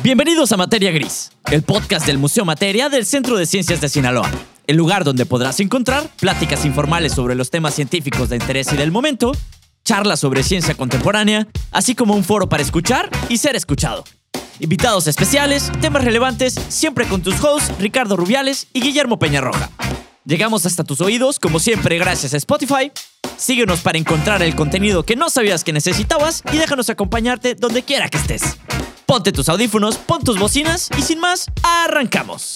Bienvenidos a Materia Gris, el podcast del Museo Materia del Centro de Ciencias de Sinaloa. El lugar donde podrás encontrar pláticas informales sobre los temas científicos de interés y del momento, charlas sobre ciencia contemporánea, así como un foro para escuchar y ser escuchado. Invitados especiales, temas relevantes, siempre con tus hosts Ricardo Rubiales y Guillermo Peñarroja. Llegamos hasta tus oídos, como siempre, gracias a Spotify. Síguenos para encontrar el contenido que no sabías que necesitabas y déjanos acompañarte donde quiera que estés. Ponte tus audífonos, pon tus bocinas y sin más, arrancamos.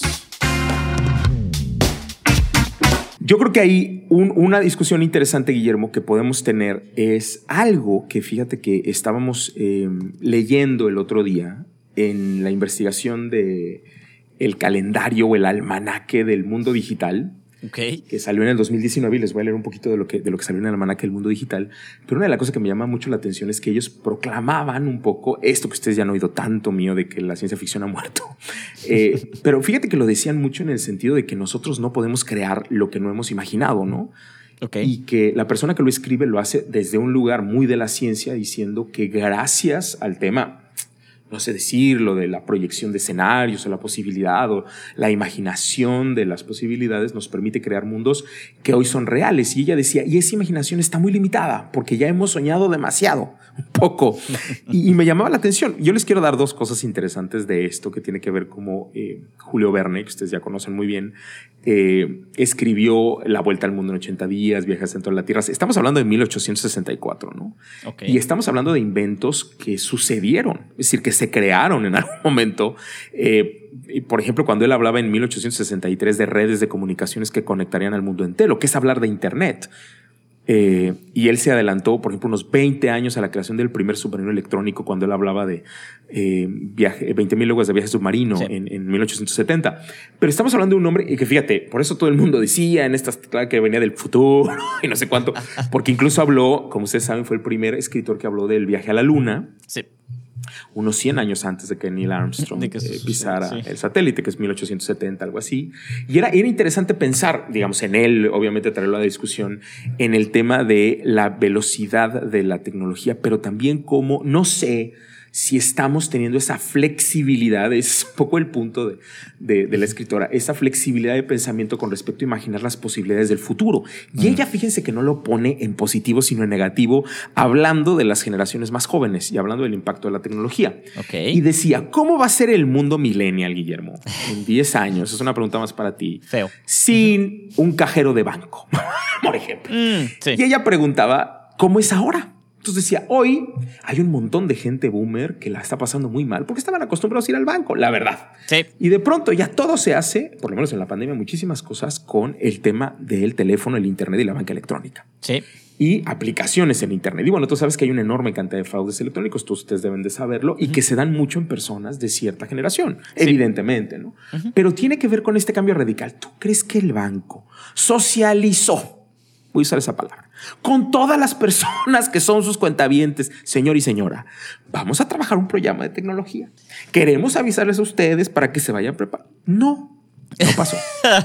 Yo creo que hay una discusión interesante, Guillermo, que podemos tener es algo que fíjate que estábamos leyendo el otro día en la investigación de el calendario o el almanaque del mundo digital. Okay. Que salió en el 2019 y les voy a leer un poquito de lo que salió en el almanaque del mundo digital. Pero una de las cosas que me llama mucho la atención es que ellos proclamaban un poco esto que ustedes ya han oído tanto mío de que la ciencia ficción ha muerto. Pero fíjate que lo decían mucho en el sentido de que nosotros no podemos crear lo que no hemos imaginado, ¿no? Okay. Y que la persona que lo escribe lo hace desde un lugar muy de la ciencia, diciendo que gracias al tema, no sé decirlo, de la proyección de escenarios o la posibilidad o la imaginación de las posibilidades nos permite crear mundos que hoy son reales. Y ella decía, y esa imaginación está muy limitada porque ya hemos soñado demasiado, un poco. Y me llamaba la atención. Yo les quiero dar dos cosas interesantes de esto que tiene que ver como Julio Verne, que ustedes ya conocen muy bien, escribió La Vuelta al Mundo en 80 días, Viaje al Centro de la Tierra. Estamos hablando de 1864, ¿no? Okay. Y estamos hablando de inventos que sucedieron, es decir, que se crearon en algún momento. Por ejemplo, cuando él hablaba en 1863 de redes de comunicaciones que conectarían al mundo entero, que es hablar de Internet. Y él se adelantó, por ejemplo, unos 20 años a la creación del primer submarino electrónico cuando él hablaba de 20.000 leguas de viaje submarino, sí, en 1870. Pero estamos hablando de un hombre y que, fíjate, por eso todo el mundo decía en estas que venía del futuro y no sé cuánto, porque incluso habló, como ustedes saben, fue el primer escritor que habló del viaje a la Luna. Sí. Unos 100 años antes de que Neil Armstrong pisara el satélite, que es 1870, algo así. Y era interesante pensar, digamos, en él, obviamente traerlo a la discusión, en el tema de la velocidad de la tecnología, pero también cómo, no sé si estamos teniendo esa flexibilidad, es un poco el punto de la escritora, esa flexibilidad de pensamiento con respecto a imaginar las posibilidades del futuro. Y ella, fíjense que no lo pone en positivo, sino en negativo, hablando de las generaciones más jóvenes y hablando del impacto de la tecnología. Okay. Y decía, ¿cómo va a ser el mundo millennial, Guillermo? En 10 años, es una pregunta más para ti. Feo. Sin un cajero de banco, por ejemplo. Sí. Y ella preguntaba, ¿cómo es ahora? Entonces decía, hoy hay un montón de gente boomer que la está pasando muy mal porque estaban acostumbrados a ir al banco, la verdad. Sí. Y de pronto ya todo se hace, por lo menos en la pandemia, muchísimas cosas con el tema del teléfono, el internet y la banca electrónica. Sí. Y aplicaciones en internet. Y bueno, tú sabes que hay una enorme cantidad de fraudes electrónicos, ustedes deben de saberlo, y que se dan mucho en personas de cierta generación, evidentemente, ¿no? Pero tiene que ver con este cambio radical. ¿Tú crees que el banco socializó, voy a usar esa palabra, con todas las personas que son sus cuentavientes, señor y señora? Vamos a trabajar un programa de tecnología. Queremos avisarles a ustedes para que se vayan preparando. No pasó.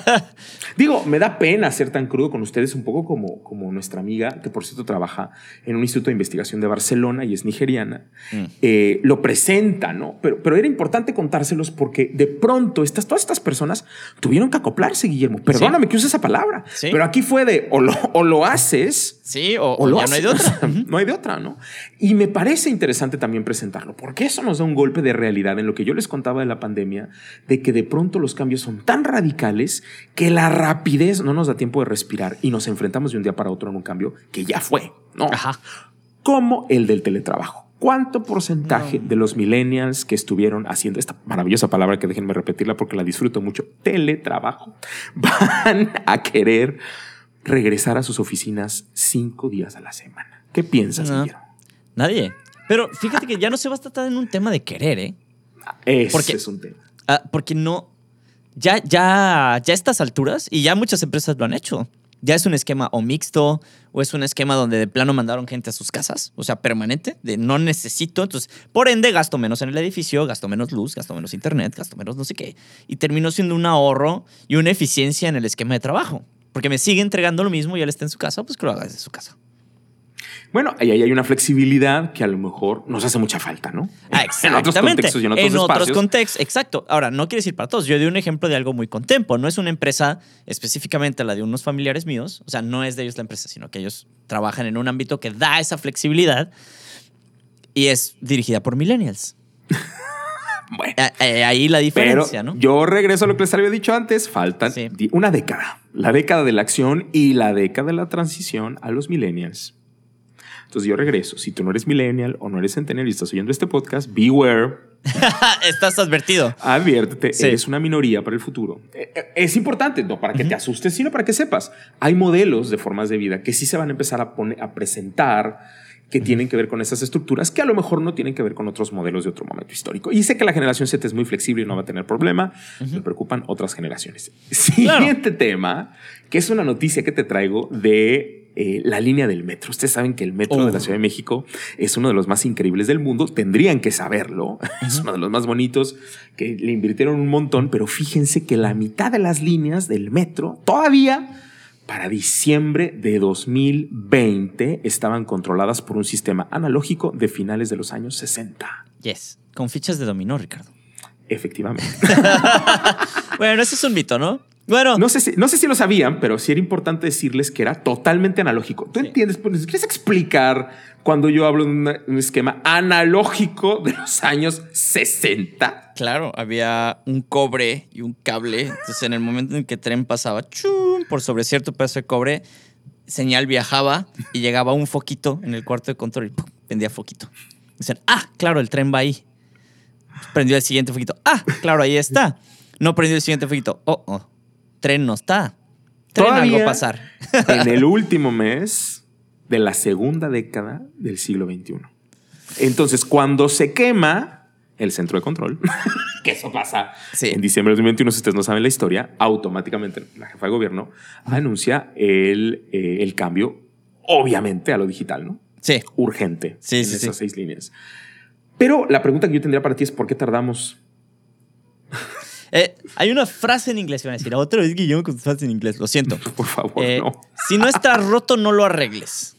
Digo, me da pena ser tan crudo con ustedes, un poco como nuestra amiga, que por cierto trabaja en un instituto de investigación de Barcelona y es nigeriana. Lo presenta, ¿no? Pero era importante contárselos porque de pronto todas estas personas tuvieron que acoplarse, Guillermo. Perdóname que use esa palabra, sí, pero aquí fue de o lo haces. Sí, o ya no hay de otra. No hay de otra, ¿no? Y me parece interesante también presentarlo, porque eso nos da un golpe de realidad en lo que yo les contaba de la pandemia, de que de pronto los cambios son tan radicales que la rapidez no nos da tiempo de respirar y nos enfrentamos de un día para otro en un cambio que ya fue, ¿no? Ajá. Como el del teletrabajo. ¿Cuánto porcentaje de los millennials que estuvieron haciendo esta maravillosa palabra, que déjenme repetirla porque la disfruto mucho, teletrabajo, van a querer regresar a sus oficinas 5 días a la semana? ¿Qué piensas, Guillermo? Nadie. Pero fíjate que ya no se va a tratar en un tema de querer, ¿eh? Ese es un tema. Porque no... Ya a estas alturas, y ya muchas empresas lo han hecho, ya es un esquema o mixto, o es un esquema donde de plano mandaron gente a sus casas, o sea, permanente, de no necesito, entonces, por ende, gasto menos en el edificio, gasto menos luz, gasto menos internet, gasto menos no sé qué, y terminó siendo un ahorro y una eficiencia en el esquema de trabajo, porque me sigue entregando lo mismo y él está en su casa, pues que lo haga desde su casa. Bueno, ahí hay una flexibilidad que a lo mejor nos hace mucha falta, ¿no? Exactamente. En otros contextos y en otros espacios. En otros contextos, exacto. Ahora, no quiere decir para todos. Yo di un ejemplo de algo muy contempo. No es una empresa, específicamente la de unos familiares míos. O sea, no es de ellos la empresa, sino que ellos trabajan en un ámbito que da esa flexibilidad y es dirigida por millennials. Bueno, ahí la diferencia, pero ¿no? Yo regreso a lo que les había dicho antes. Faltan una década. La década de la acción y la década de la transición a los millennials. Entonces yo regreso. Si tú no eres millennial o no eres centennial y estás oyendo este podcast, beware. Estás advertido. Adviértete, eres una minoría para el futuro. Es importante, no para que te asustes, sino para que sepas. Hay modelos de formas de vida que sí se van a empezar a presentar, que tienen que ver con esas estructuras que a lo mejor no tienen que ver con otros modelos de otro momento histórico. Y sé que la generación Z es muy flexible y no va a tener problema. Me preocupan otras generaciones. Siguiente tema, que es una noticia que te traigo de la línea del metro. Ustedes saben que el metro de la Ciudad de México es uno de los más increíbles del mundo. Tendrían que saberlo. Es uno de los más bonitos, que le invirtieron un montón, pero fíjense que la mitad de las líneas del metro todavía para diciembre de 2020 estaban controladas por un sistema analógico de finales de los años 60. Yes, con fichas de dominó, Ricardo. Efectivamente. Bueno, ese es un mito, ¿no? Bueno, no sé si lo sabían, pero sí era importante decirles que era totalmente analógico. ¿Tú entiendes? Pues, ¿quieres explicar cuando yo hablo de un esquema analógico de los años 60? Claro, había un cobre y un cable. Entonces, en el momento en que el tren pasaba por sobre cierto pedazo de cobre, señal viajaba y llegaba un foquito en el cuarto de control y ¡pum! Prendía foquito. Dicen, claro, el tren va ahí. Prendió el siguiente foquito. Claro, ahí está. No prendió el siguiente foquito. Tren no está. Tren Todavía algo pasar. En el último mes de la segunda década del siglo XXI. Entonces, cuando se quema el centro de control, que eso pasa en diciembre de 2021, si ustedes no saben la historia, automáticamente la jefa de gobierno anuncia el cambio, obviamente, a lo digital, ¿no? Sí. Urgente en esas 6 líneas. Pero la pregunta que yo tendría para ti es, ¿por qué tardamos? Hay una frase en inglés, van a decir, otra vez Guillermo con frase en inglés, lo siento. Por favor, no. Si no está roto, no lo arregles.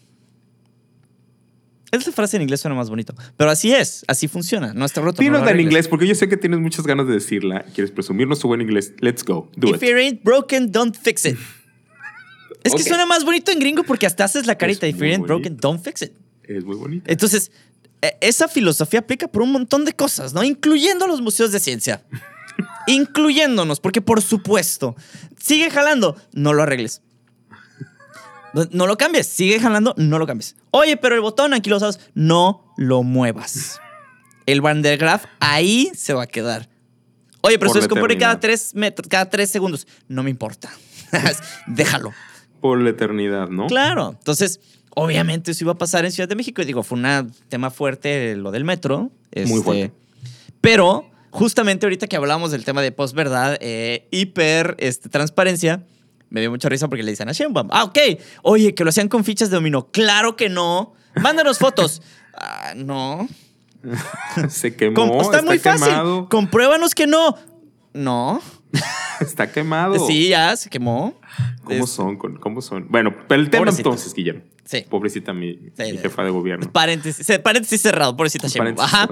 Esa frase en inglés suena más bonito, pero así es, así funciona, no está roto. Dinos en inglés, porque yo sé que tienes muchas ganas de decirla. Quieres presumirnos tu buen inglés. Let's go, do it. If it ain't broken, don't fix it. Es que suena más bonito en gringo porque hasta haces la carita. If it ain't broken, don't fix it. Es muy bonito. Entonces, esa filosofía aplica por un montón de cosas, ¿no? Incluyendo los museos de ciencia. Incluyéndonos, porque por supuesto, sigue jalando, no lo arregles. No lo cambies, sigue jalando, no lo cambies. Oye, pero el botón aquí lo sabes, no lo muevas. El Van der Graaf ahí se va a quedar. Oye, pero se descompone cada 3 segundos. No me importa. Déjalo. Por la eternidad, ¿no? Claro. Entonces, obviamente eso iba a pasar en Ciudad de México. Y digo, fue un tema fuerte lo del metro. Muy fuerte. Pero justamente ahorita que hablamos del tema de posverdad, transparencia, me dio mucha risa porque le dicen a Sheinbaum, ok, oye, que lo hacían con fichas de dominó. Claro que no. Mándanos fotos. No. Se quemó. Está muy fácil. Quemado. Compruébanos que no. No. Está quemado. Sí, ya se quemó. ¿Cómo son? Bueno, pero el tema entonces, Guillermo. Sí. Pobrecita mi jefa de gobierno. Paréntesis cerrado, pobrecita Sheinbaum. Ajá.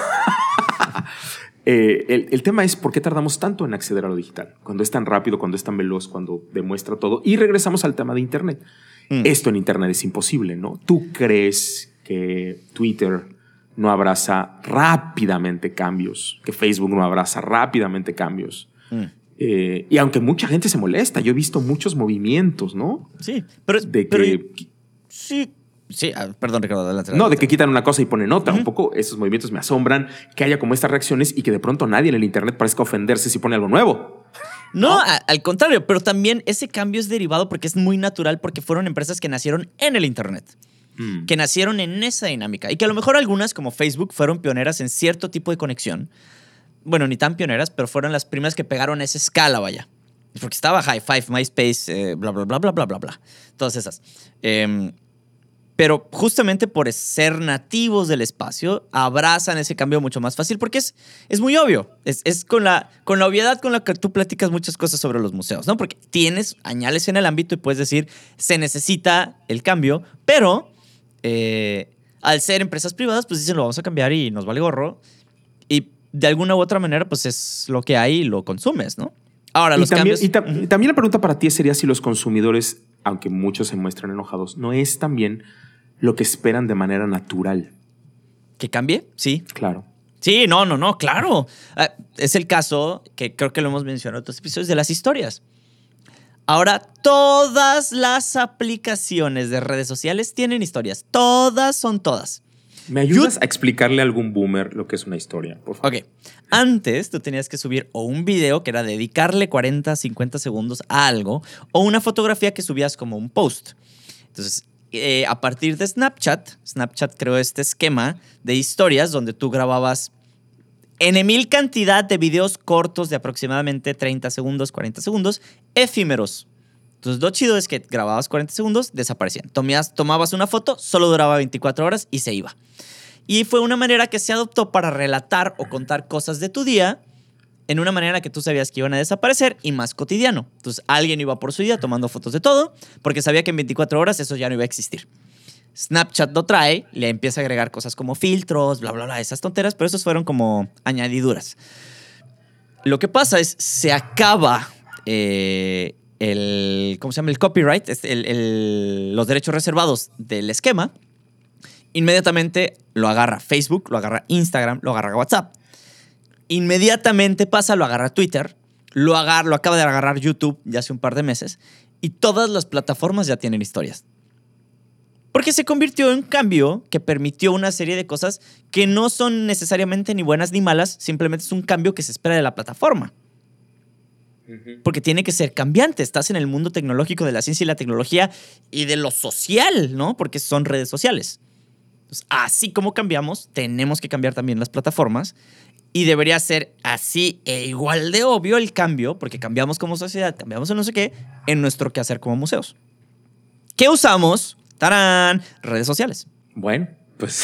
El tema es por qué tardamos tanto en acceder a lo digital, cuando es tan rápido, cuando es tan veloz, cuando demuestra todo. Y regresamos al tema de Internet. Esto en Internet es imposible, ¿no? ¿Tú crees que Twitter no abraza rápidamente cambios, que Facebook no abraza rápidamente cambios? Y aunque mucha gente se molesta, yo he visto muchos movimientos, ¿no? Sí, Sí, perdón, Ricardo, adelante. No, de que quitan una cosa y ponen otra. Un poco esos movimientos me asombran, que haya como estas reacciones y que de pronto nadie en el Internet parezca ofenderse si pone algo nuevo. No, al contrario, pero también ese cambio es derivado porque es muy natural, porque fueron empresas que nacieron en el Internet, que nacieron en esa dinámica y que a lo mejor algunas, como Facebook, fueron pioneras en cierto tipo de conexión. Bueno, ni tan pioneras, pero fueron las primeras que pegaron esa escala, vaya. Porque estaba High Five, MySpace, bla, bla, bla, bla, bla, bla, bla. Todas esas. Pero justamente por ser nativos del espacio, abrazan ese cambio mucho más fácil porque es muy obvio. Es con la obviedad con la que tú platicas muchas cosas sobre los museos, ¿no? Porque añales en el ámbito y puedes decir, se necesita el cambio, pero al ser empresas privadas, pues dicen lo vamos a cambiar y nos vale gorro. Y de alguna u otra manera, pues es lo que hay y lo consumes, ¿no? Ahora, los cambios... También la pregunta para ti sería si los consumidores, aunque muchos se muestran enojados, ¿no es también lo que esperan de manera natural? ¿Que cambie? Sí. Claro. Sí, no, claro. Es el caso, que creo que lo hemos mencionado en otros episodios, de las historias. Ahora, todas las aplicaciones de redes sociales tienen historias. Todas. ¿Me ayudas a explicarle a algún boomer lo que es una historia, por favor? Ok. Antes tú tenías que subir o un video que era dedicarle 40, 50 segundos a algo, o una fotografía que subías como un post. Entonces, a partir de Snapchat creó este esquema de historias donde tú grababas N cantidad de videos cortos de aproximadamente 30 segundos, 40 segundos, efímeros. Entonces, lo chido es que grababas 40 segundos, desaparecían. Tomabas una foto, solo duraba 24 horas y se iba. Y fue una manera que se adoptó para relatar o contar cosas de tu día en una manera que tú sabías que iban a desaparecer y más cotidiano. Entonces, alguien iba por su día tomando fotos de todo porque sabía que en 24 horas eso ya no iba a existir. Snapchat lo trae, le empieza a agregar cosas como filtros, bla, bla, bla, esas tonteras, pero esos fueron como añadiduras. Lo que pasa es, se acaba ¿cómo se llama? El copyright, los derechos reservados del esquema. Inmediatamente lo agarra Facebook, lo agarra Instagram, lo agarra WhatsApp. Inmediatamente lo agarra Twitter, lo acaba de agarrar YouTube ya hace un par de meses y todas las plataformas ya tienen historias. Porque se convirtió en un cambio que permitió una serie de cosas que no son necesariamente ni buenas ni malas, simplemente es un cambio que se espera de la plataforma. Porque tiene que ser cambiante. Estás en el mundo tecnológico de la ciencia y la tecnología y de lo social, ¿no? Porque son redes sociales. Entonces, así como cambiamos, tenemos que cambiar también las plataformas y debería ser así e igual de obvio el cambio, porque cambiamos como sociedad, cambiamos en no sé qué, en nuestro quehacer como museos. ¿Qué usamos? ¡Tarán! Redes sociales. Bueno, pues...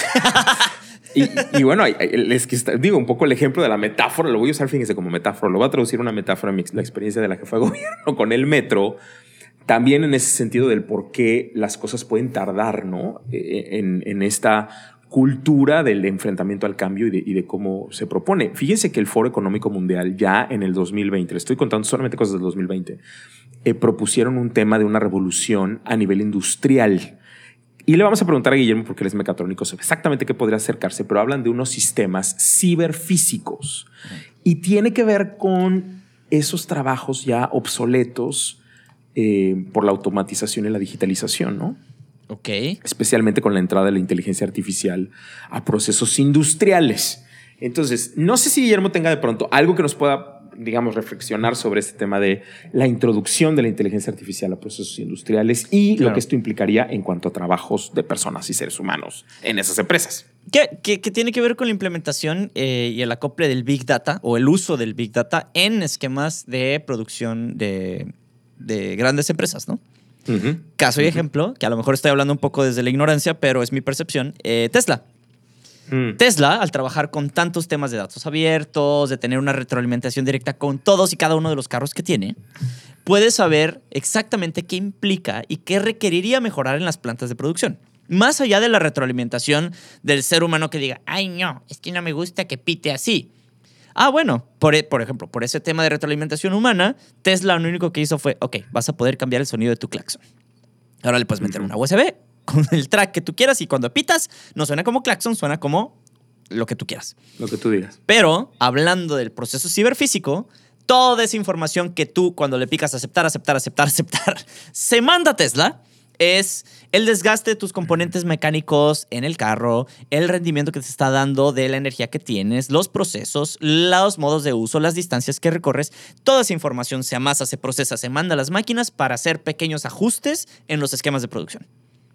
y bueno, es que digo un poco el ejemplo de la metáfora, lo voy a usar, fíjense, como metáfora, lo voy a traducir una metáfora en la experiencia de la jefa de gobierno con el metro, también en ese sentido del por qué las cosas pueden tardar, ¿no? En esta cultura del enfrentamiento al cambio y de cómo se propone. Fíjense que el Foro Económico Mundial ya en el 2020, le estoy contando solamente cosas del 2020, propusieron un tema de una revolución a nivel industrial. Y le vamos a preguntar a Guillermo, porque él es mecatrónico, sobre exactamente qué podría acercarse, pero hablan de unos sistemas ciberfísicos. Y tiene que ver con esos trabajos ya obsoletos por la automatización y la digitalización, ¿no? Ok. Especialmente con la entrada de la inteligencia artificial a procesos industriales. Entonces, no sé si Guillermo tenga de pronto algo que nos pueda, digamos, reflexionar sobre este tema de la introducción de la inteligencia artificial a procesos industriales y lo que esto implicaría en cuanto a trabajos de personas y seres humanos en esas empresas. Que tiene que ver con la implementación y el acople del Big Data o el uso del Big Data en esquemas de producción de grandes empresas, ¿no? Caso y ejemplo, que a lo mejor estoy hablando un poco desde la ignorancia, pero es mi percepción, Tesla. Tesla, al trabajar con tantos temas de datos abiertos, de tener una retroalimentación directa con todos y cada uno de los carros que tiene, puede saber exactamente qué implica y qué requeriría mejorar en las plantas de producción. Más allá de la retroalimentación del ser humano que diga, ay, no, es que no me gusta que pite así. Ah, bueno, por ejemplo, por ese tema de retroalimentación humana, Tesla lo único que hizo fue, ok, vas a poder cambiar el sonido de tu claxon. Ahora le puedes meter una USB con el track que tú quieras y cuando pitas no suena como claxon, suena como lo que tú quieras. Lo que tú digas. Pero, hablando del proceso ciberfísico, toda esa información que tú cuando le picas aceptar, se manda a Tesla, es el desgaste de tus componentes mecánicos en el carro, el rendimiento que te está dando de la energía que tienes, los procesos, los modos de uso, las distancias que recorres. Toda esa información se amasa, se procesa, se manda a las máquinas para hacer pequeños ajustes en los esquemas de producción.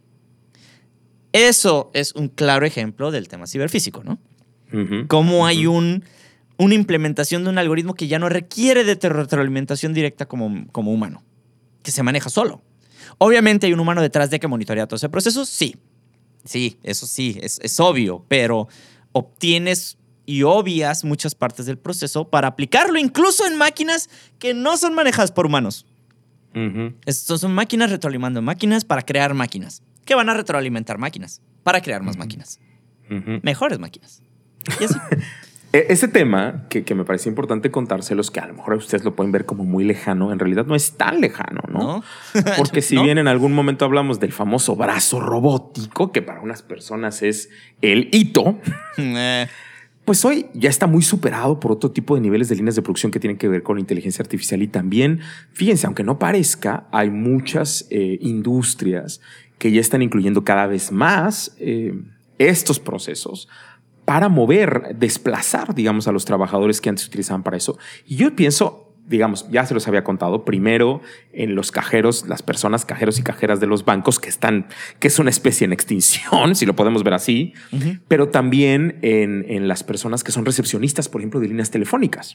Eso es un claro ejemplo del tema ciberfísico, ¿no? Cómo hay una implementación de un algoritmo que ya no requiere de retroalimentación directa como humano, que se maneja solo. Obviamente hay un humano detrás de que monitorea todo ese proceso, sí. Sí, eso sí, es obvio, pero obtienes y obvias muchas partes del proceso para aplicarlo incluso en máquinas que no son manejadas por humanos. Estos son máquinas retroalimentando máquinas para crear máquinas. que van a retroalimentar máquinas para crear más máquinas. Mejores máquinas. Y así. Ese tema que me parece importante contárselos, que a lo mejor ustedes lo pueden ver como muy lejano, en realidad no es tan lejano, ¿no? Porque si bien en algún momento hablamos del famoso brazo robótico, que para unas personas es el hito, pues hoy ya está muy superado por otro tipo de niveles de líneas de producción que tienen que ver con inteligencia artificial. Y también, fíjense, aunque no parezca, hay muchas industrias que ya están incluyendo cada vez más estos procesos para mover, desplazar, digamos, a los trabajadores que antes utilizaban para eso. Y yo pienso, digamos, ya se los había contado, primero en los cajeros, las personas cajeros y cajeras de los bancos que es una especie en extinción, si lo podemos ver así, pero también en las personas que son recepcionistas, por ejemplo, de líneas telefónicas.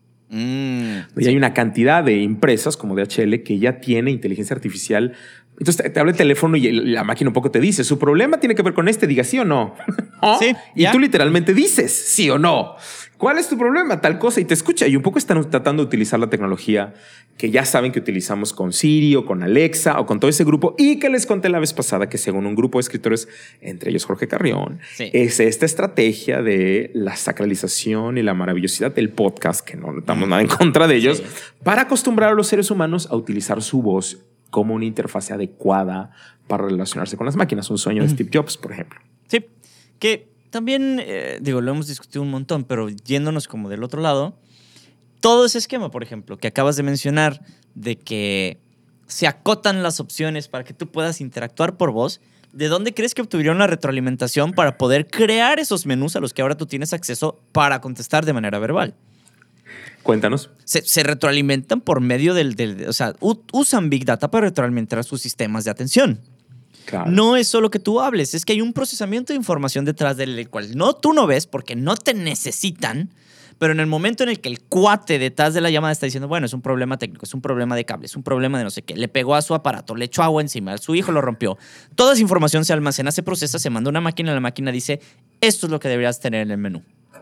Y hay una cantidad de empresas como DHL que ya tiene inteligencia artificial. Entonces te habla el teléfono y la máquina un poco te dice, su problema tiene que ver con diga sí o no. ¿No? Sí, y tú literalmente dices sí o no. ¿Cuál es tu problema? Tal cosa, y te escucha. Y un poco están tratando de utilizar la tecnología que ya saben que utilizamos con Siri o con Alexa o con todo ese grupo, y que les conté la vez pasada que según un grupo de escritores, entre ellos Jorge Carrión, es esta estrategia de la sacralización y la maravillosidad del podcast, que no estamos nada en contra de ellos, para acostumbrar a los seres humanos a utilizar su voz como una interfase adecuada para relacionarse con las máquinas. Un sueño de Steve Jobs, por ejemplo. Sí, que también, lo hemos discutido un montón, pero yéndonos como del otro lado, todo ese esquema, por ejemplo, que acabas de mencionar, de que se acotan las opciones para que tú puedas interactuar por voz, ¿de dónde crees que obtuvieron la retroalimentación para poder crear esos menús a los que ahora tú tienes acceso para contestar de manera verbal? Cuéntanos. Se retroalimentan por medio o sea, usan Big Data para retroalimentar sus sistemas de atención. Claro. No es solo que tú hables, es que hay un procesamiento de información detrás del cual tú no ves porque no te necesitan, pero en el momento en el que el cuate detrás de la llamada está diciendo, bueno, es un problema técnico, es un problema de cable, es un problema de no sé qué, le pegó a su aparato, le echó agua encima, su hijo lo rompió. Toda esa información se almacena, se procesa, se manda a una máquina y la máquina dice, esto es lo que deberías tener en el menú.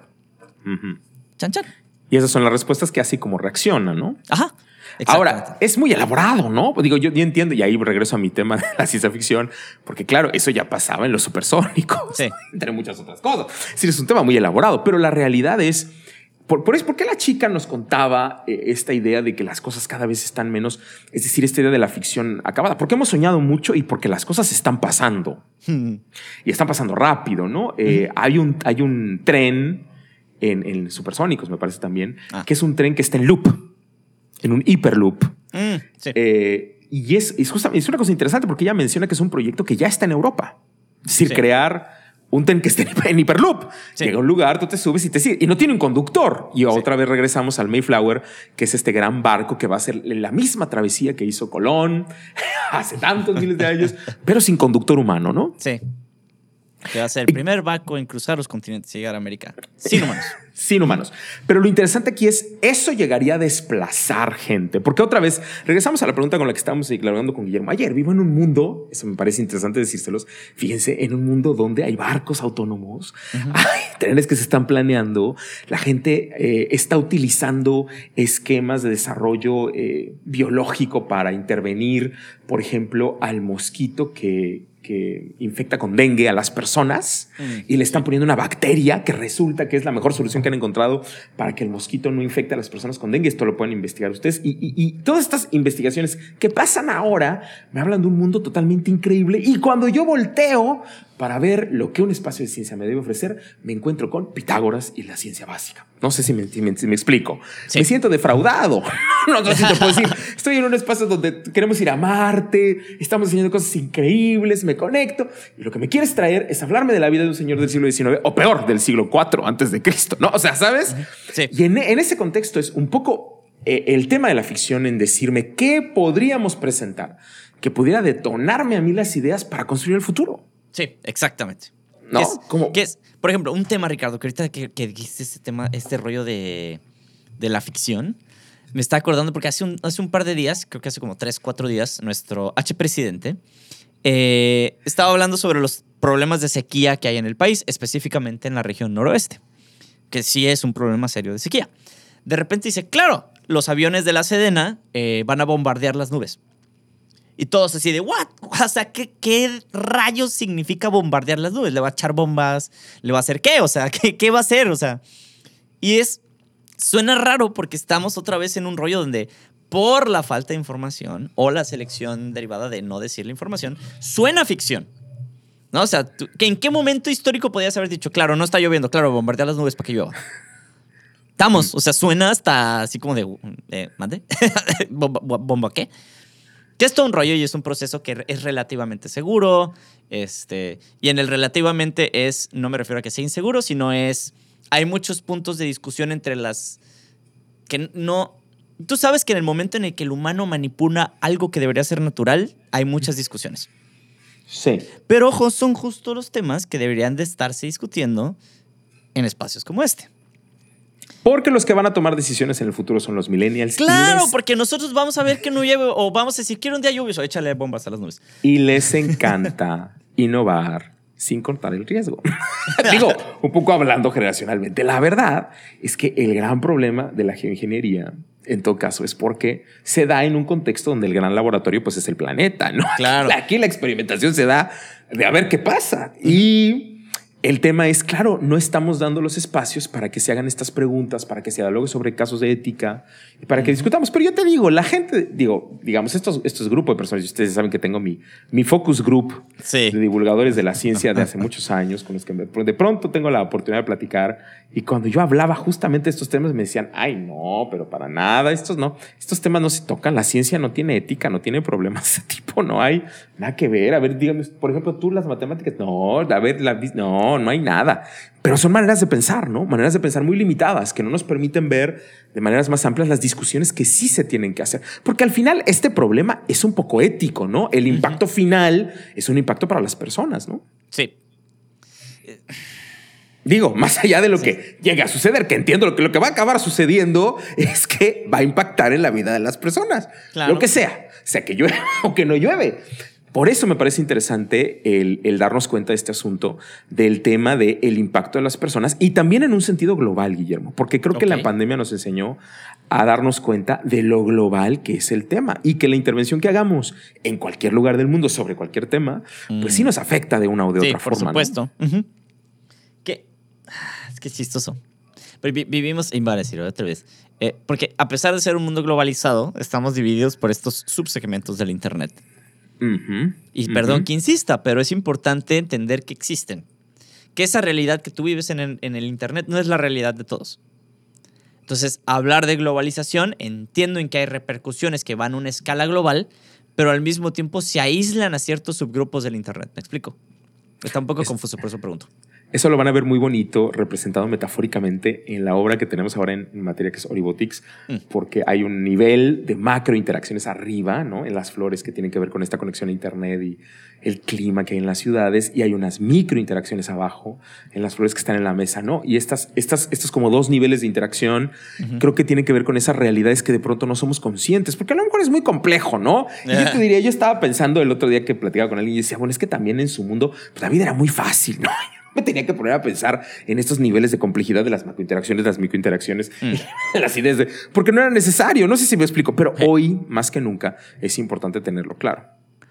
Chan, chan. Y esas son las respuestas que así como reacciona, ¿no? Ajá. Ahora, es muy elaborado, ¿no? Digo, yo entiendo, y ahí regreso a mi tema de la ciencia ficción, porque claro, eso ya pasaba en los supersónicos, entre muchas otras cosas. Es decir, es un tema muy elaborado, pero la realidad es, ¿por qué la chica nos contaba esta idea de que las cosas cada vez están menos, es decir, esta idea de la ficción acabada? Porque hemos soñado mucho y porque las cosas están pasando. Y están pasando rápido, ¿no? Hay un tren en supersónicos, me parece también, que es un tren que está en loop, en un hiperloop. Y es una cosa interesante porque ella menciona que es un proyecto que ya está en Europa. Es decir, crear un tren que esté en hiperloop. Llega a un lugar, tú te subes y te sigues. Y no tiene un conductor. Y otra vez regresamos al Mayflower, que es este gran barco que va a ser la misma travesía que hizo Colón hace tantos miles de años, pero sin conductor humano, ¿no? Sí. Que va a ser el primer barco en cruzar los continentes y llegar a América. Sin humanos. Sin humanos. Pero lo interesante aquí es, eso llegaría a desplazar gente. Porque otra vez, regresamos a la pregunta con la que estábamos hablando con Guillermo. Ayer vivo en un mundo, eso me parece interesante decírselos, fíjense, en un mundo donde hay barcos autónomos, hay trenes que se están planeando, la gente está utilizando esquemas de desarrollo biológico para intervenir, por ejemplo, al mosquito que infecta con dengue a las personas y le están poniendo una bacteria que resulta que es la mejor solución que han encontrado para que el mosquito no infecte a las personas con dengue. Esto lo pueden investigar ustedes. Y todas estas investigaciones que pasan ahora me hablan de un mundo totalmente increíble. Y cuando yo volteo para ver lo que un espacio de ciencia me debe ofrecer, me encuentro con Pitágoras y la ciencia básica. No sé si me explico. Sí. Me siento defraudado. No sé si te puedo decir. Estoy en un espacio donde queremos ir a Marte, estamos haciendo cosas increíbles, me conecto, y lo que me quieres traer es hablarme de la vida de un señor del siglo XIX, o peor, del siglo IV antes de Cristo, ¿no? O sea, ¿sabes? Sí. Y en ese contexto es un poco el tema de la ficción en decirme qué podríamos presentar que pudiera detonarme a mí las ideas para construir el futuro. Sí, exactamente. ¿No? ¿Qué es? Por ejemplo, un tema, Ricardo, que ahorita que dijiste este tema, este rollo de la ficción, me está acordando porque hace un par de días, creo que hace como 3, 4 días, nuestro presidente estaba hablando sobre los problemas de sequía que hay en el país, específicamente en la región noroeste, que sí es un problema serio de sequía. De repente dice, claro, los aviones de la Sedena van a bombardear las nubes. Y todos así de, ¿what? O sea, ¿qué rayos significa bombardear las nubes? ¿Le va a echar bombas? ¿Le va a hacer qué? O sea, ¿qué va a hacer? O sea, y suena raro porque estamos otra vez en un rollo donde por la falta de información o la selección derivada de no decir la información, suena ficción. ¿No? O sea, ¿en qué momento histórico podías haber dicho, claro, no está lloviendo, claro, bombardear las nubes para que llueva? Estamos, o sea, suena hasta así como de ¿mande? ¿Bomba qué? Que es todo un rollo y es un proceso que es relativamente seguro. Y en el relativamente no me refiero a que sea inseguro, sino hay muchos puntos de discusión entre las que no. Tú sabes que en el momento en el que el humano manipula algo que debería ser natural, hay muchas discusiones. Sí. Pero ojo, son justo los temas que deberían de estarse discutiendo en espacios como este. Porque los que van a tomar decisiones en el futuro son los millennials. Claro, porque nosotros vamos a ver que no llueve o vamos a decir, quiero un día lluvioso, échale bombas a las nubes. Y les encanta innovar sin cortar el riesgo. Digo, un poco hablando generacionalmente. La verdad es que el gran problema de la geoingeniería, en todo caso, es porque se da en un contexto donde el gran laboratorio pues, es el planeta, ¿no? Claro. Aquí la experimentación se da de a ver qué pasa. Y el tema es, claro, no estamos dando los espacios para que se hagan estas preguntas, para que se dialogue sobre casos de ética y para que discutamos. Pero yo te digo, la gente, digamos, estos grupos de personas, y ustedes saben que tengo mi focus group de divulgadores de la ciencia de hace muchos años, con los que de pronto tengo la oportunidad de platicar. Y cuando yo hablaba justamente de estos temas, me decían, ay, no, pero para nada, estos temas no se tocan. La ciencia no tiene ética, no tiene problemas de ese tipo, no hay nada que ver. A ver, dígame, por ejemplo, tú las matemáticas, no, a ver, no hay nada. Pero son maneras de pensar, ¿no? Maneras de pensar muy limitadas que no nos permiten ver de maneras más amplias las discusiones que sí se tienen que hacer. Porque al final este problema es un poco ético, ¿no? El impacto final es un impacto para las personas, ¿no? Sí. Digo, más allá de lo que llega a suceder, que entiendo lo que va a acabar sucediendo es que va a impactar en la vida de las personas. Claro. Lo que sea que llueve o que no llueve. Por eso me parece interesante el darnos cuenta de este asunto del tema del impacto de las personas y también en un sentido global, Guillermo, porque creo que la pandemia nos enseñó a darnos cuenta de lo global que es el tema y que la intervención que hagamos en cualquier lugar del mundo sobre cualquier tema, pues sí nos afecta de una o de otra forma. Por supuesto. ¿No? Es que es chistoso. Pero vivimos, iba a decirlo otra vez, porque a pesar de ser un mundo globalizado, estamos divididos por estos subsegmentos del Internet. Y perdón que insista, pero es importante entender que existen. Que esa realidad que tú vives en el Internet no es la realidad de todos. Entonces, hablar de globalización, entiendo en que hay repercusiones que van a una escala global, pero al mismo tiempo se aíslan a ciertos subgrupos del Internet. ¿Me explico? Está un poco confuso, por eso pregunto. Eso lo van a ver muy bonito representado metafóricamente en la obra que tenemos ahora en materia que es Oribotics, porque hay un nivel de macro interacciones arriba, ¿no? En las flores que tienen que ver con esta conexión a Internet y el clima que hay en las ciudades, y hay unas micro interacciones abajo en las flores que están en la mesa, ¿no? Y estos como dos niveles de interacción creo que tienen que ver con esas realidades que de pronto no somos conscientes, porque a lo mejor es muy complejo, ¿no? Y yo te diría, yo estaba pensando el otro día que platicaba con alguien y decía, bueno, es que también en su mundo pues, la vida era muy fácil, ¿no? Me tenía que poner a pensar en estos niveles de complejidad de las macrointeracciones, las microinteracciones, las ideas porque no era necesario. No sé si me explico, pero hoy más que nunca es importante tenerlo claro.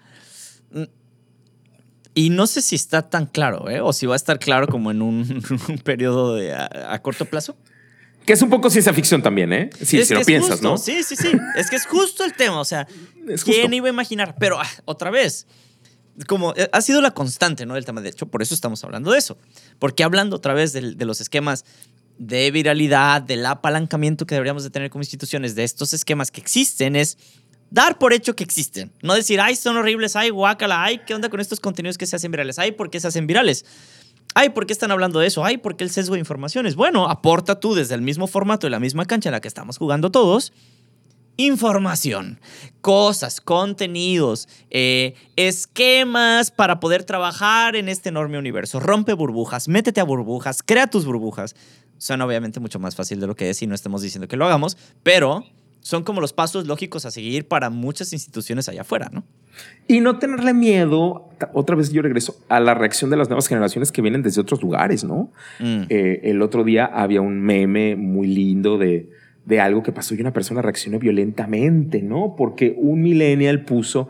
Y no sé si está tan claro, o si va a estar claro como en un periodo a corto plazo. Que es un poco ciencia ficción también, ¿eh? Si lo piensas, justo, ¿no? Sí. Es que es justo el tema. O sea, ¿quién iba a imaginar? Pero otra vez, como ha sido la constante, ¿no? Del tema. De hecho, por eso estamos hablando de eso. Porque hablando otra vez de los esquemas de viralidad, del apalancamiento que deberíamos de tener como instituciones, de estos esquemas que existen, es dar por hecho que existen. No decir, ay, son horribles, ay, guácala, ay, ¿qué onda con estos contenidos que se hacen virales? Ay, ¿por qué se hacen virales? Ay, ¿por qué están hablando de eso? Ay, ¿por qué el sesgo de informaciones? Bueno, aporta tú desde el mismo formato y la misma cancha en la que estamos jugando todos información, cosas, contenidos, esquemas para poder trabajar en este enorme universo. Rompe burbujas, métete a burbujas, crea tus burbujas. Suena obviamente mucho más fácil de lo que es y no estamos diciendo que lo hagamos, pero son como los pasos lógicos a seguir para muchas instituciones allá afuera, ¿no? Y no tenerle miedo, otra vez yo regreso a la reacción de las nuevas generaciones que vienen desde otros lugares, ¿no? El otro día había un meme muy lindo de algo que pasó y una persona reaccionó violentamente, ¿no? Porque un millennial puso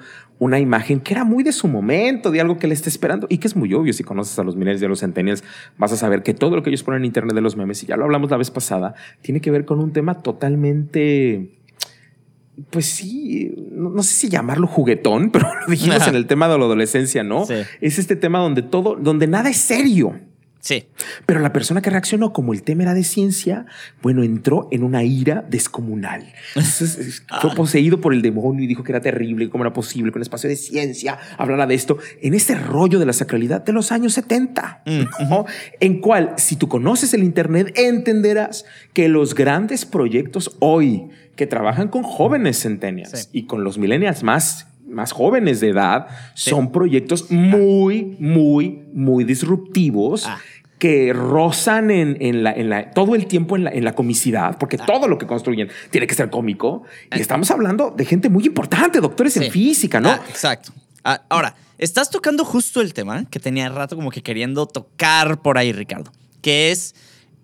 una imagen que era muy de su momento, de algo que le está esperando y que es muy obvio. Si conoces a los millennials y a los centennials, vas a saber que todo lo que ellos ponen en internet de los memes, y ya lo hablamos la vez pasada, tiene que ver con un tema totalmente... Pues sí, no sé si llamarlo juguetón, pero lo dijimos en el tema de la adolescencia, ¿no? Sí. Es este tema donde nada es serio. Sí. Pero la persona que reaccionó, como el tema era de ciencia, bueno, entró en una ira descomunal. Entonces, fue poseído por el demonio y dijo que era terrible, cómo era posible que un espacio de ciencia hablara de esto en este rollo de la sacralidad de los años 70, ¿no? En cual, si tú conoces el internet, entenderás que los grandes proyectos hoy que trabajan con jóvenes centennials y con los millennials más jóvenes de edad, son proyectos muy, muy, muy disruptivos que rozan todo el tiempo en la comicidad, porque todo lo que construyen tiene que ser cómico. Y estamos hablando de gente muy importante, doctores en física, ¿no? Exacto. Ahora, estás tocando justo el tema que tenía rato como que queriendo tocar por ahí, Ricardo, que es